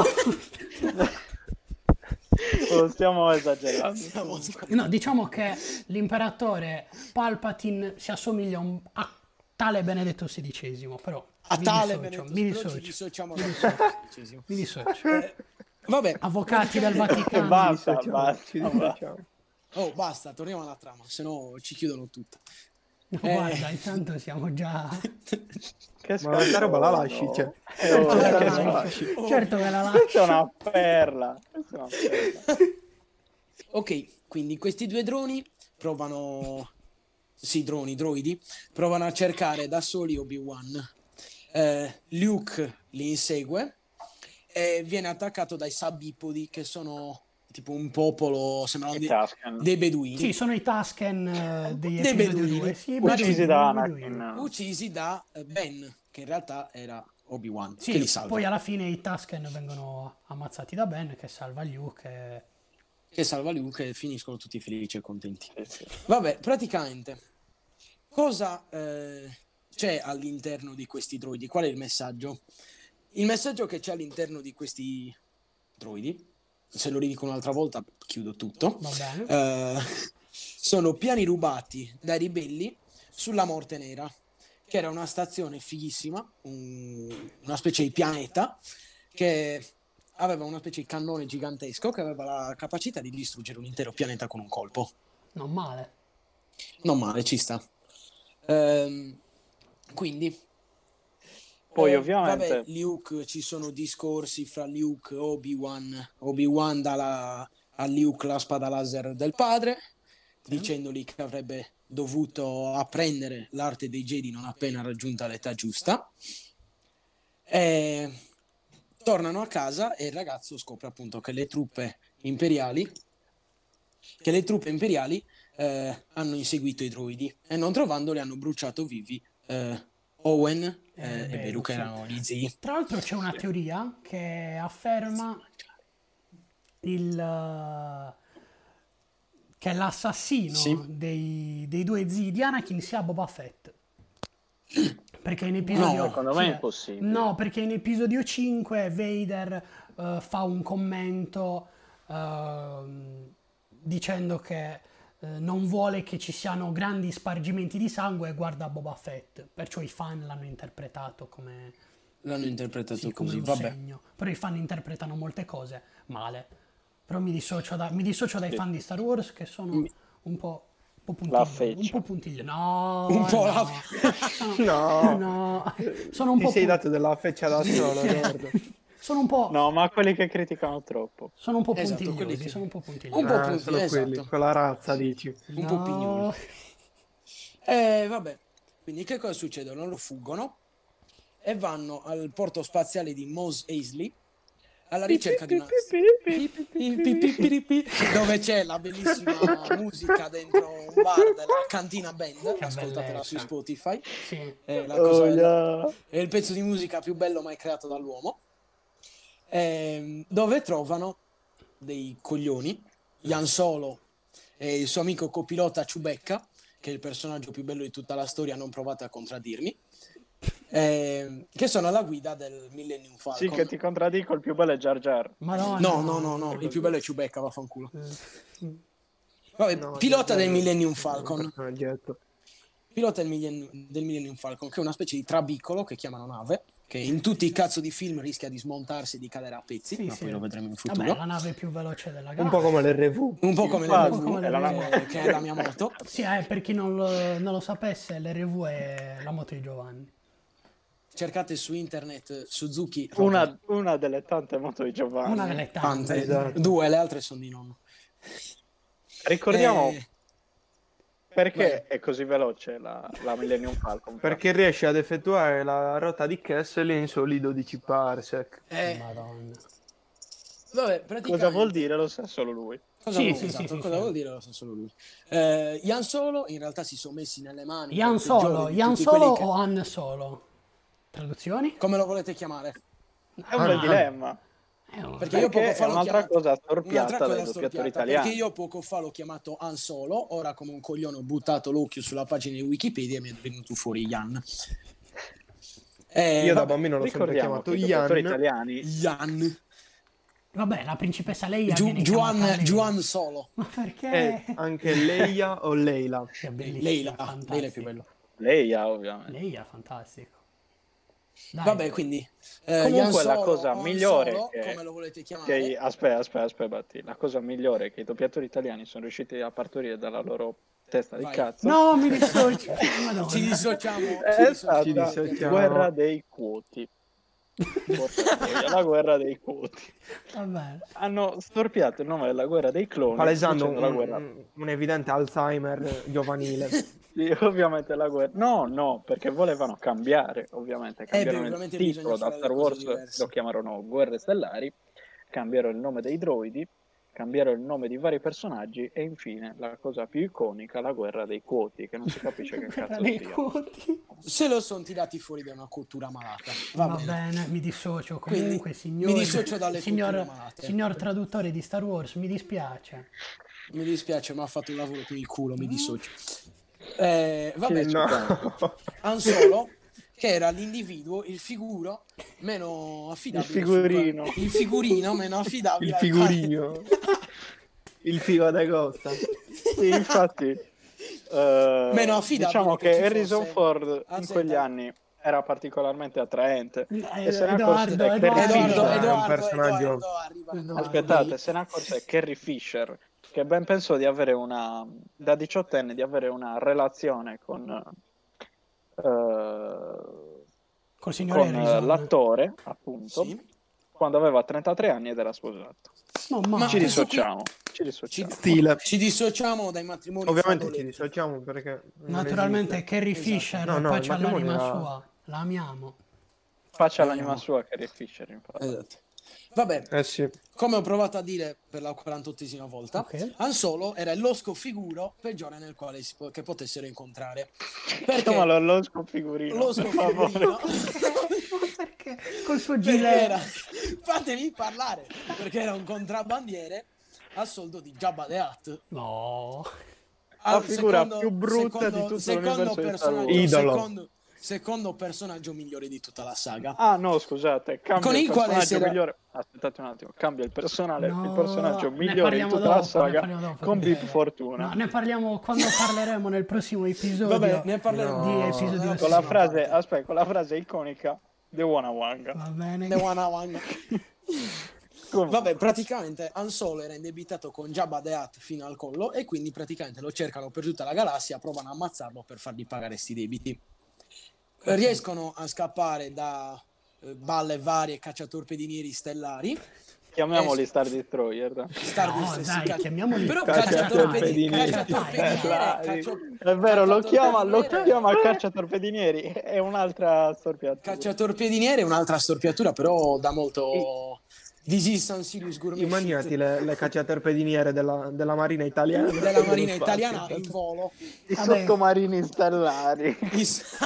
Oh, stiamo esagerando. Stiamo- No, diciamo che l'imperatore Palpatine si assomiglia un- a tale Benedetto sedicesimo, però A mi tale dissocio, Benedetto, mi però ci dissocio, dissociamo mi dal dissocio, sedicesimo. mi dissocio. Eh, vabbè, Avvocati del praticamente- Vaticano. Basta, Ci dissociamo, basta, ci basta. dissociamo. Oh, basta, torniamo alla trama, se no ci chiudono tutto. No, Eh. guarda, intanto siamo già... Che Ma questa roba la lasci, cioè. Eh, oh, Certo, che che la la lascio. lasci. Certo che la Questa è lascio. una perla. Questa è una perla. Ok, quindi questi due droni provano, sì, droni, droidi, provano a cercare da soli Obi-Wan. Eh, Luke li insegue e viene attaccato dai Sabipodi, che sono tipo un popolo, sembrano I dei, Tusken. dei beduini, Sì, sono i Tusken eh, degli Dei episodio beduini. due. Sì, Uccisi Uccisi beduini, da beduini. Anakin. uccisi da eh, Ben, che in realtà era Obi-Wan, Sì, che li salva. poi alla fine i Tusken vengono ammazzati da Ben, che salva Luke. E... Che salva Luke e finiscono tutti felici e contenti. Sì, sì. Vabbè, praticamente, cosa eh, c'è all'interno di questi droidi? Qual è il messaggio? Il messaggio che c'è all'interno di questi droidi, se lo ridico un'altra volta, chiudo tutto, Va bene. eh, sono piani rubati dai ribelli sulla Morte Nera, che era una stazione fighissima, un- una specie di pianeta che aveva una specie di cannone gigantesco che aveva la capacità di distruggere un intero pianeta con un colpo. Non male. Non male, ci sta. Ehm, quindi Poi eh, ovviamente vabbè, Luke, ci sono discorsi fra Luke e Obi-Wan. Obi-Wan dà la- a Luke la spada laser del padre, dicendogli che avrebbe dovuto apprendere l'arte dei Jedi non appena raggiunta l'età giusta. E tornano a casa e il ragazzo scopre appunto che le truppe imperiali che le truppe imperiali eh, hanno inseguito i droidi e non trovandoli hanno bruciato vivi eh, Owen eh, Eh, e Beru, Beru, che sì. erano gli zii. Tra l'altro c'è una teoria che afferma il, eh, che l'assassino Sì. dei, dei due zii di Anakin sia Boba Fett. Perché in episodio... No, secondo me è sì, impossibile. No, perché in episodio cinque Vader eh, fa un commento ehm, dicendo che eh, non vuole che ci siano grandi spargimenti di sangue e guarda Boba Fett. Perciò i fan l'hanno interpretato come... L'hanno interpretato Sì, come così, un vabbè. segno. Però i fan interpretano molte cose male. Però mi dissocio, da- mi dissocio dai Sì. fan di Star Wars che sono Mi- un po', un po' La puntiglio. Un feccia. po' puntiglio. No, Un po' no. la No. No. Sono un Ti po' sei pu- dato della feccia da solo, guarda. Sono un po', No, ma quelli che criticano troppo. sono un po' Esatto, puntigliosi, quelli che- sono un po' puntigliosi. Un po' Ah, punti- solo esatto. quelli, quella razza, dici. un po' No. pignoli. Eh, vabbè, quindi che cosa succede? Loro fuggono e vanno al porto spaziale di Mos Eisley alla ricerca di una... dove c'è la bellissima musica dentro un bar della Cantina Band, Che ascoltatela bellezza. su Spotify. Sì. È, la Oh, cosa- yeah. è il pezzo di musica più bello mai creato dall'uomo. Ehm, dove trovano dei coglioni, Ian Solo e il suo amico copilota Chewbacca, che è il personaggio più bello di tutta la storia, non provate a contraddirmi, ehm, che sono alla guida del Millennium Sì, Falcon. che ti contraddico, il più bello è Jar Jar. Madonna. No, no, no, no, il più bello è Chewbacca, vaffanculo. Eh, Vabbè, No, pilota Jar Jar del è Millennium un Falcon. personaggetto. pilota del Millennium, del Millennium Falcon, che è una specie di trabicolo che chiamano nave, che in tutti i cazzo di film rischia di smontarsi e di cadere a pezzi, Sì, ma sì. poi lo vedremo in futuro. Vabbè, la nave più veloce della Un galassia. po' come l'R V. Un po' come Infatti, l'R V, come è la l'R V. moto, che è la mia moto. Sì, eh, per chi non lo, non lo sapesse, l'R V è la moto di Giovanni. Cercate su internet Suzuki Una, una delle tante moto di Giovanni. Una delle tante. Tante, Esatto. due, le altre sono di nonno. Ricordiamo Eh, perché vai. è così veloce la, la Millennium Falcon. Perché riesce ad effettuare la rotta di Kessel in soli dodici parsec. eh, Madonna. vabbè, praticamente... Cosa vuol dire lo sa solo lui. Cosa, Sì, vuol, sì, esatto, sì, sì, cosa sì. vuol dire lo sa solo lui. Eh, Ian Solo in realtà si sono messi nelle mani Ian del peggiore Solo, di Ian tutti Solo quelli che- o Han Solo? Traduzioni? come lo volete chiamare? È un bel Ah. dilemma. È un- Perché io Perché poco fa è l'ho un'altra chiamato- cosa Un'altra storpiata cosa dai doppiatori storpiata, italiani. perché io poco fa l'ho chiamato Han Solo, ora come un coglione ho buttato l'occhio sulla pagina di Wikipedia e mi è venuto fuori Ian. Eh, Io da vabbè, bambino l'ho sempre Ricordiamo chiamato che i doppiatori Ian. italiani Ian. Vabbè, la principessa Leia Giu- viene chiamata Juan, Leia. Juan Solo. Ma perché? E anche Leia o Leila. Che bellissimo, Leila, fantastico. Leila è più bello. Leia, ovviamente. Leia, fantastico. Dai. Vabbè, quindi eh, Comunque Ian la Solo, cosa Han migliore Solo, che- come lo volete chiamare? Che, aspetta, aspetta, aspetta, Batti. La cosa migliore è che i doppiatori italiani sono riusciti a partorire dalla loro testa di Vai. cazzo. No, mi dissocio. Madonna. Ci dissociamo. ci È dissociamo. Ci stata dissociamo. guerra dei quoti. Porca troia, la guerra dei quoti. Va bene. Hanno storpiato il nome della guerra dei cloni. Palesando dicendo la un, guerra. un- un evidente Alzheimer giovanile. Sì, ovviamente la guerra. No, no, perché volevano cambiare, ovviamente. Cambiarono beh, ovviamente il bisogna titolo da fare le Star cose Wars, diverse. lo chiamarono Guerre Stellari, cambiarono il nome dei droidi, cambiarono il nome di vari personaggi e infine la cosa più iconica, la guerra dei quoti, che non si capisce che Guerra cazzo dei sia. conti. Se lo sono tirati fuori da una cultura malata. Va, Va bene. bene, mi dissocio. Quindi, Comunque, signori, mi dissocio dalle signor, culture malate. signor traduttore di Star Wars, mi dispiace. Mi dispiace, ma ha fatto un lavoro con il culo, mi dissocio. Eh, vabbè, No. Han Solo, che era l'individuo, il figuro meno affidabile. Il figurino. sul- il figurino meno affidabile. Il al figurino. Il figo d'agosta. Sì, infatti, eh, Meno affidabile diciamo che che ci Harrison fosse- Ford in Aspetta. quegli anni era particolarmente attraente. Eh, e se ne Edoardo, accorse Edoardo, Carrie Edoardo, Fisher. È un Edoardo, personaggio- Edoardo, arriva. Edoardo. Aspettate, se ne accorse Carrie Fisher, che ben pensò di avere una, da diciottenne, di avere una relazione con, eh, Col signore con eh, Harrison. l'attore, appunto, Sì. quando aveva trentatré anni ed era sposato. Non Ma male. Ci questo qui- dissociamo, ci Ci, dissociamo. Stile. ci dissociamo dai matrimoni Ovviamente ci fraudolenti. dissociamo perché non Naturalmente esiste. Carrie Esatto. Fisher, No, no, pace il matrimonio all'anima era- sua. La amiamo. Faccia Eh, l'anima no. sua Carrie Fisher, infatti. Esatto. Vabbè, Eh sì. come ho provato a dire per la quarantottesima volta, Ok. Han Solo era il losco figuro peggiore nel quale si po- che potessero incontrare. Perché Chiamalo lo sconfigurino. lo per favore. sconfigurino Perché? Col suo perché gilet. era fatemi parlare perché era un contrabbandiere a soldo di Jabba the Hutt. No. La figura più brutta di tutto secondo l'universo di Star Wars. personaggio, Idolo. secondo, secondo personaggio migliore di tutta la saga. Ah no, scusate, cambia Con il il quale personaggio si era- migliore. Aspettate un attimo, cambia il personale, No, il personaggio ne migliore di parliamo tutta dopo, la ne saga parliamo dopo, con che Bib bello. Fortuna. No, ne parliamo quando parleremo nel prossimo episodio. Vabbè, ne parleremo di No. episodio nella Con la prossima frase, parte. aspetta, con la frase iconica The Wanna Wanga. Va bene. The one one. Comunque, Vabbè, praticamente Han Solo era indebitato con Jabba the Hutt fino al collo e quindi praticamente lo cercano per tutta la galassia, provano a ammazzarlo per fargli pagare sti debiti. Riescono a scappare da eh, balle varie cacciatorpedinieri stellari. chiamiamoli eh, Star Destroyer. dai. Star No, Wars, dai, sì, ca- chiamiamoli però cacciatorpedinieri. cacciatorpedinieri, Dai, caccio- È vero, lo chiama, lo cacciatorpediniere- chiama cacciatorpedinieri. È un'altra storpiatura. Cacciatorpediniere è un'altra storpiatura, però da molto This is San Sirius Gourmet Immaginati shit. le, le cacciatorpediniere della, della Marina italiana. Della Marina Nello spazio. italiana in volo. I Vabbè. sottomarini stellari. Is-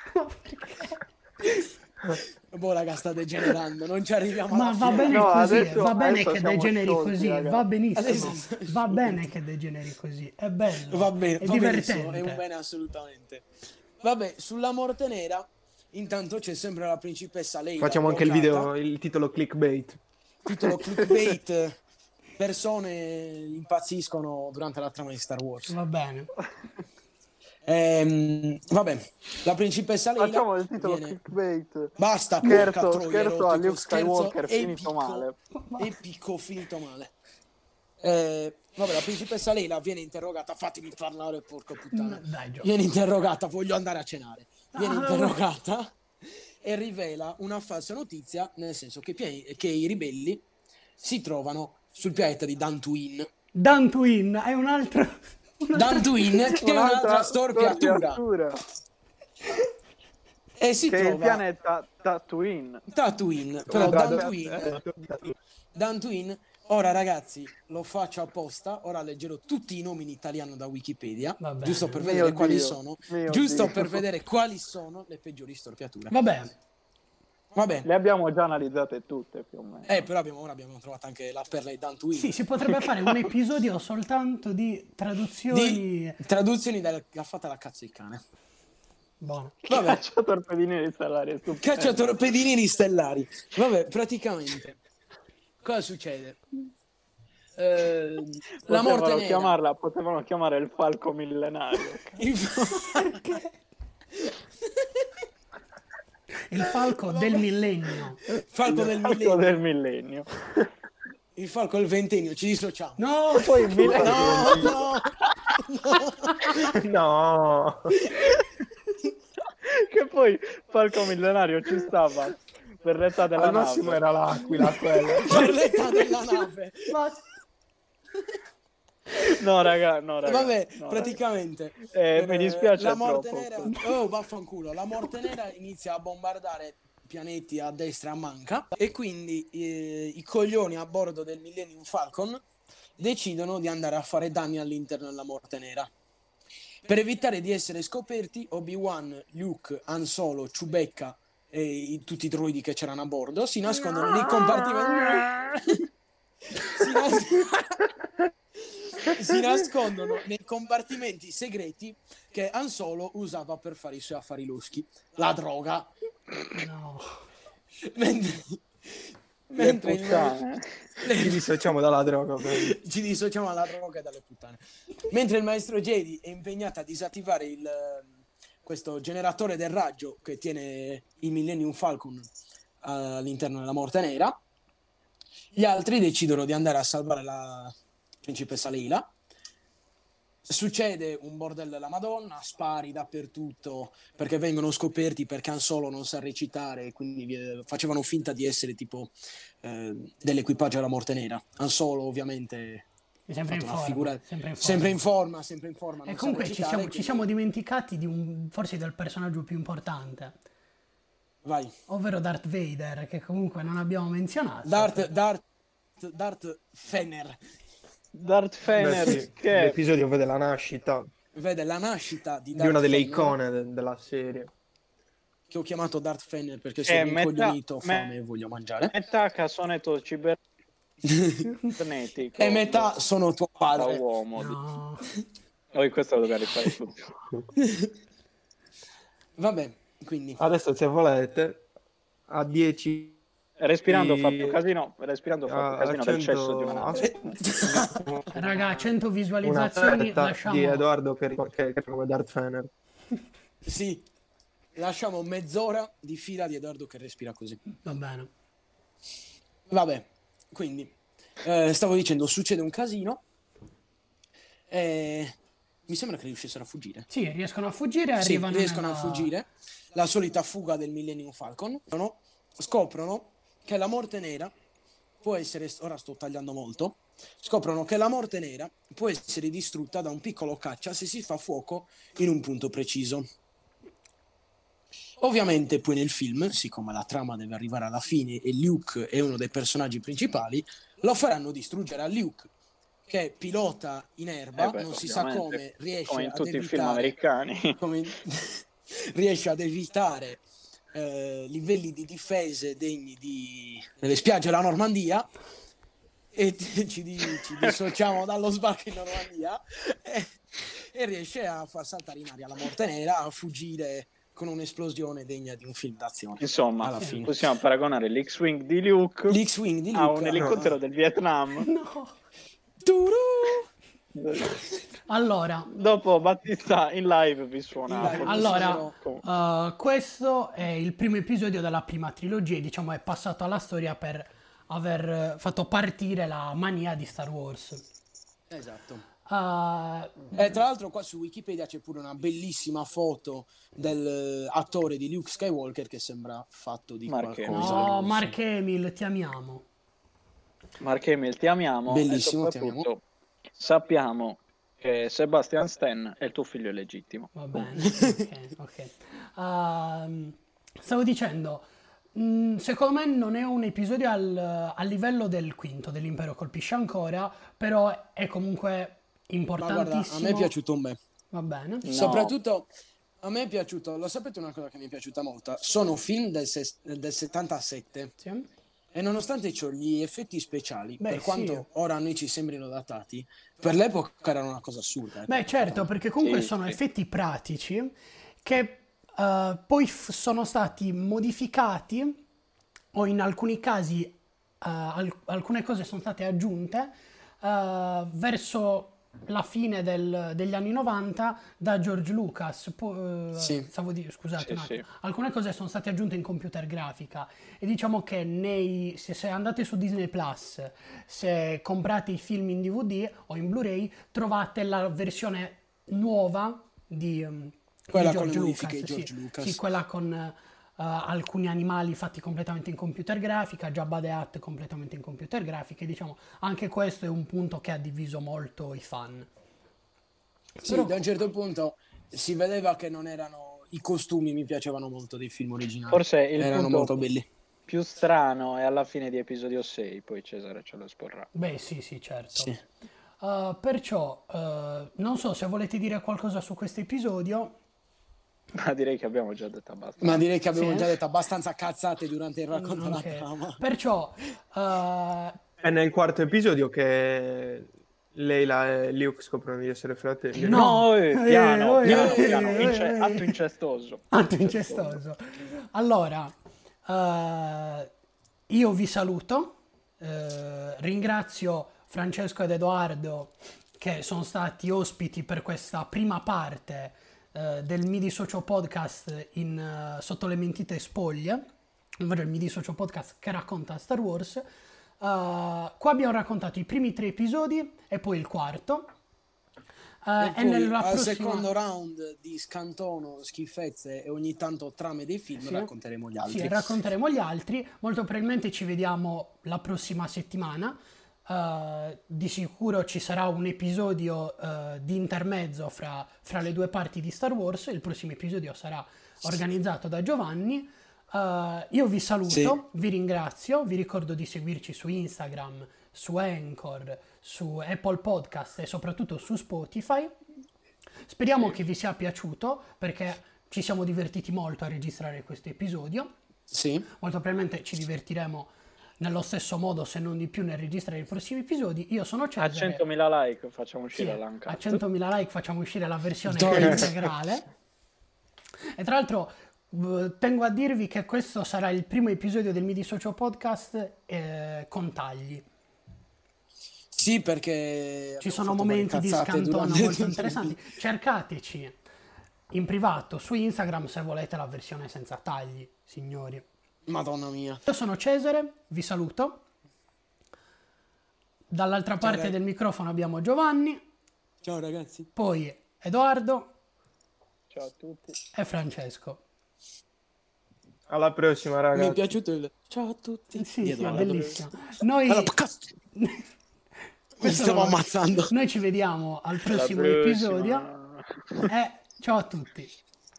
Boh, raga, sta degenerando, non ci arriviamo Ma alla va fine. bene No, così, adesso- va bene adesso che siamo degeneri sciolti, così, raga. va benissimo, Adesso- va bene che degeneri così, è bello, Va bene, è va benissimo, divertente. è un bene assolutamente. Vabbè, sulla morte nera, intanto c'è sempre la principessa Leila. Facciamo anche il bloccata. video, il titolo clickbait. Titolo clickbait, persone impazziscono durante la trama di Star Wars. Va bene. Ehm, vabbè, la principessa Leila Facciamo il titolo viene... clickbait. Basta, Scherzo, porca troia, scherzo a erotico, Luke Skywalker, scherzo finito epico, male. epico, finito male. Eh, vabbè, la principessa Leila viene interrogata, fatemi parlare, porca puttana. Mm, dai, Gio. Viene interrogata, voglio andare a cenare. Viene Ah. interrogata e rivela una falsa notizia, nel senso che, pie- che i ribelli si trovano sul pianeta di Dantooine. Dantooine è un altro... un altro- Dantooine, che è un'altra storpiatura. storpiatura. E si Che è trova il pianeta Tatooine. Tatooine, però Guarda, Dantooine, Eh, Dantooine, ora ragazzi, lo faccio apposta, ora leggerò tutti i nomi in italiano da Wikipedia, Va bene. giusto per Mio vedere quali Dio, sono, mio giusto Dio. per vedere quali sono le peggiori storpiature. Vabbè, Vabbè, Le abbiamo già analizzate tutte più o meno. eh, però abbiamo, ora abbiamo trovato anche la perla di Dantooine. sì, si potrebbe fare un episodio soltanto di traduzioni... Di traduzioni dal- che ha fatta la cazzo di cane. Buono. Vabbè, Cacciatorpedini stellari, è stupendo. cacciatorpedini stellari. Vabbè, praticamente, cosa succede? Eh, la morte Potevano nera. chiamarla, potevano chiamare il falco millenario. Il- Il falco del millennio. Falco del Il falco millennio. del millennio. Il falco del ventennio, ci dissociamo. No, Poi il millennio. No, no, No, Che poi falco millenario ci stava per l'età della al massimo nave. era l'aquila quella. per l'età della nave. ma... No, raga, no, raga. Vabbè, no, praticamente. raga. Eh, per, mi dispiace La morte troppo. nera. Oh, vaffanculo. La morte nera inizia a bombardare pianeti a destra e a manca. E quindi eh, i coglioni a bordo del Millennium Falcon decidono di andare a fare danni all'interno della morte nera. Per evitare di essere scoperti, Obi-Wan, Luke, Han Solo, Chewbacca e i- tutti i droidi che c'erano a bordo si nascondono nei compartimenti. si, nas- si nascondono nei compartimenti segreti che Han Solo usava per fare i suoi affari loschi. La droga. No. Mentre, Le mentre il- puttane. Ci dissociamo dalla droga. per- ci dissociamo dalla droga e dalle puttane. Mentre il maestro Jedi è impegnato a disattivare il, questo generatore del raggio che tiene il Millennium Falcon all'interno della morte nera, gli altri decidono di andare a salvare la principessa Leila. Succede un bordello della Madonna, spari dappertutto perché vengono scoperti perché Han Solo non sa recitare, quindi eh, facevano finta di essere tipo eh, dell'equipaggio della morte nera. Han Solo ovviamente Sempre in fatto una forma, figura- sempre in forma. sempre in forma, sempre in forma. E non sa comunque ci recitare, siamo, ci quindi- siamo dimenticati di un, forse del personaggio più importante, Vai. ovvero Darth Vader, che comunque non abbiamo menzionato. Darth, Darth, Darth Fener. Darth Fener, Beh, sì, che l'episodio vede la nascita Vede la nascita di, di Darth una delle Fener, icone de- della serie. che ho chiamato Darth Fener perché Eh, sono metà- incoglionito, ho me- fame e voglio mangiare. metà casonetto cibernetico. E metà sono tuo da padre. uomo. No. Poi questo lo devi fare subito. Vabbè, quindi Adesso, se volete, a dieci... Respirando ho Sì. fatto casino, respirando ho fatto a- casino a del cento cesso di una nave. Raga, cento una visualizzazioni, fetta lasciamo... di Edoardo che, che, che come Darth Fener. sì, lasciamo mezz'ora di fila di Edoardo che respira così. Va bene. Vabbè, quindi eh, stavo dicendo, succede un casino e mi sembra che riuscissero a fuggire. Sì, riescono a fuggire, Sì, arrivano riescono nella- a fuggire. La solita fuga del Millennium Falcon. No? Scoprono che la morte nera può essere, ora sto tagliando molto, scoprono che la morte nera può essere distrutta da un piccolo caccia se si fa fuoco in un punto preciso. Ovviamente poi nel film, siccome la trama deve arrivare alla fine e Luke è uno dei personaggi principali, lo faranno distruggere a Luke, che pilota in erba, Eh beh, non si sa ovviamente, come, riesce come in ad tutti i film evitare, americani. come riesce ad evitare eh, livelli di difese degni di delle spiagge della Normandia e t- ci, di- ci dissociamo dallo sbarco in Normandia e, e riesce a far saltare in aria la morte nera, a fuggire con un'esplosione degna di un film d'azione. Insomma, alla fine possiamo paragonare l'X-Wing di Luke l'X-Wing di a Luke un elicottero del Vietnam. No. Turu! Allora, Dopo Battista in live vi suona. In live. allora uh, questo è il primo episodio della prima trilogia, diciamo è passato alla storia per aver fatto partire la mania di Star Wars. Esatto. Uh, E tra l'altro qua su Wikipedia c'è pure una bellissima foto dell'attore di Luke Skywalker che sembra fatto di Mark qualcosa. no, Mark Hamill, ti amiamo. Mark Hamill, ti amiamo. Bellissimo, e ti soprattutto sappiamo che Sebastian Stan è il tuo figlio legittimo. Va bene, ok, ok. Uh, stavo dicendo, mh, secondo me non è un episodio al, al livello del quinto, dell'Impero colpisce ancora, però è comunque Ma guarda, importantissimo. a me è piaciuto un me. Va bene. No. Soprattutto a me è piaciuto, lo sapete una cosa che mi è piaciuta molto? Sono film del, ses- del settantasette Sì. e nonostante ciò gli effetti speciali, Beh, per quanto sì. ora a noi ci sembrino datati, per l'epoca erano una cosa assurda. ecco. Beh, certo, perché comunque Sì, sono sì. effetti pratici che eh, poi f- sono stati modificati o in alcuni casi eh, al- alcune cose sono state aggiunte eh, verso la fine del- degli anni novanta da George Lucas. Po- eh, Sì. stavo di- scusate Sì, un attimo. sì. Alcune cose sono state aggiunte in computer grafica e diciamo che nei, se, se andate su Disney Plus, se comprate i film in D V D o in Blu-ray, trovate la versione nuova di, um, Quella di con le George modifiche Lucas. di George sì, Lucas. sì, quella con eh, alcuni animali fatti completamente in computer grafica, Jabba the Hutt completamente in computer grafica, e diciamo anche questo è un punto che ha diviso molto i fan. Sì, Però- da un certo punto si vedeva che non erano i costumi, mi piacevano molto dei film originali. Forse il erano punto molto belli. più strano è alla fine di episodio sei, poi Cesare ce lo esporrà. Beh, sì, sì, certo. Sì. Uh, perciò, uh, non so se volete dire qualcosa su questo episodio. Ma direi che abbiamo già detto abbastanza. Ma direi che abbiamo Sì. già detto abbastanza cazzate durante il racconto della Ok. trama. Perciò, uh, È nel quarto episodio che Leila e Luke scoprono di essere fratelli. No. No, eh, piano, Eh, piano, eh, piano, eh, ince- eh, atto eh. incestoso. Atto incestoso. Allora, eh, io vi saluto, eh, ringrazio Francesco ed Edoardo che sono stati ospiti per questa prima parte eh, del Mi Dissocio Podcast in, eh, sotto le mentite spoglie, ovvero il Mi Dissocio Podcast che racconta Star Wars. Uh, qua abbiamo raccontato i primi tre episodi e poi il quarto. Uh, E e poi nella al prossima... secondo round di scantono, schifezze e ogni tanto trame dei film Sì. racconteremo gli altri. Sì, racconteremo gli altri. Molto probabilmente ci vediamo la prossima settimana. Uh, di sicuro ci sarà un episodio uh, di intermezzo fra, fra le due parti di Star Wars. Il prossimo episodio sarà organizzato da Giovanni. Uh, io vi saluto, Sì. vi ringrazio, vi ricordo di seguirci su Instagram, su Anchor, su Apple Podcast e soprattutto su Spotify. Speriamo che vi sia piaciuto perché ci siamo divertiti molto a registrare questo episodio. Sì. Molto probabilmente ci divertiremo nello stesso modo, se non di più, nel registrare i prossimi episodi. Io sono A Cesare. centomila like facciamo Sì, uscire l'Uncut. a centomila like facciamo uscire la versione Dai. integrale. E tra l'altro v- tengo a dirvi che questo sarà il primo episodio del Mi Dissocio Podcast eh, con tagli. Sì, perché Ci abbiamo sono fatto momenti varie di cazzate scantono durante molto il- interessanti. Cercateci in privato su Instagram se volete la versione senza tagli, signori. Madonna mia. Io sono Cesare, vi saluto. Dall'altra parte ragazzi. del microfono abbiamo Giovanni, Ciao ragazzi. poi Edoardo Ciao a tutti. e Francesco. Alla prossima, Mi ragazzi. è piaciuto il ciao a tutti. Sì, Dietro sì, è alla- bellissimo. Noi, Allora, cazzo, mi questo stavo lo- ammazzando. noi ci vediamo al Alla prossimo prossima. episodio e ciao a tutti.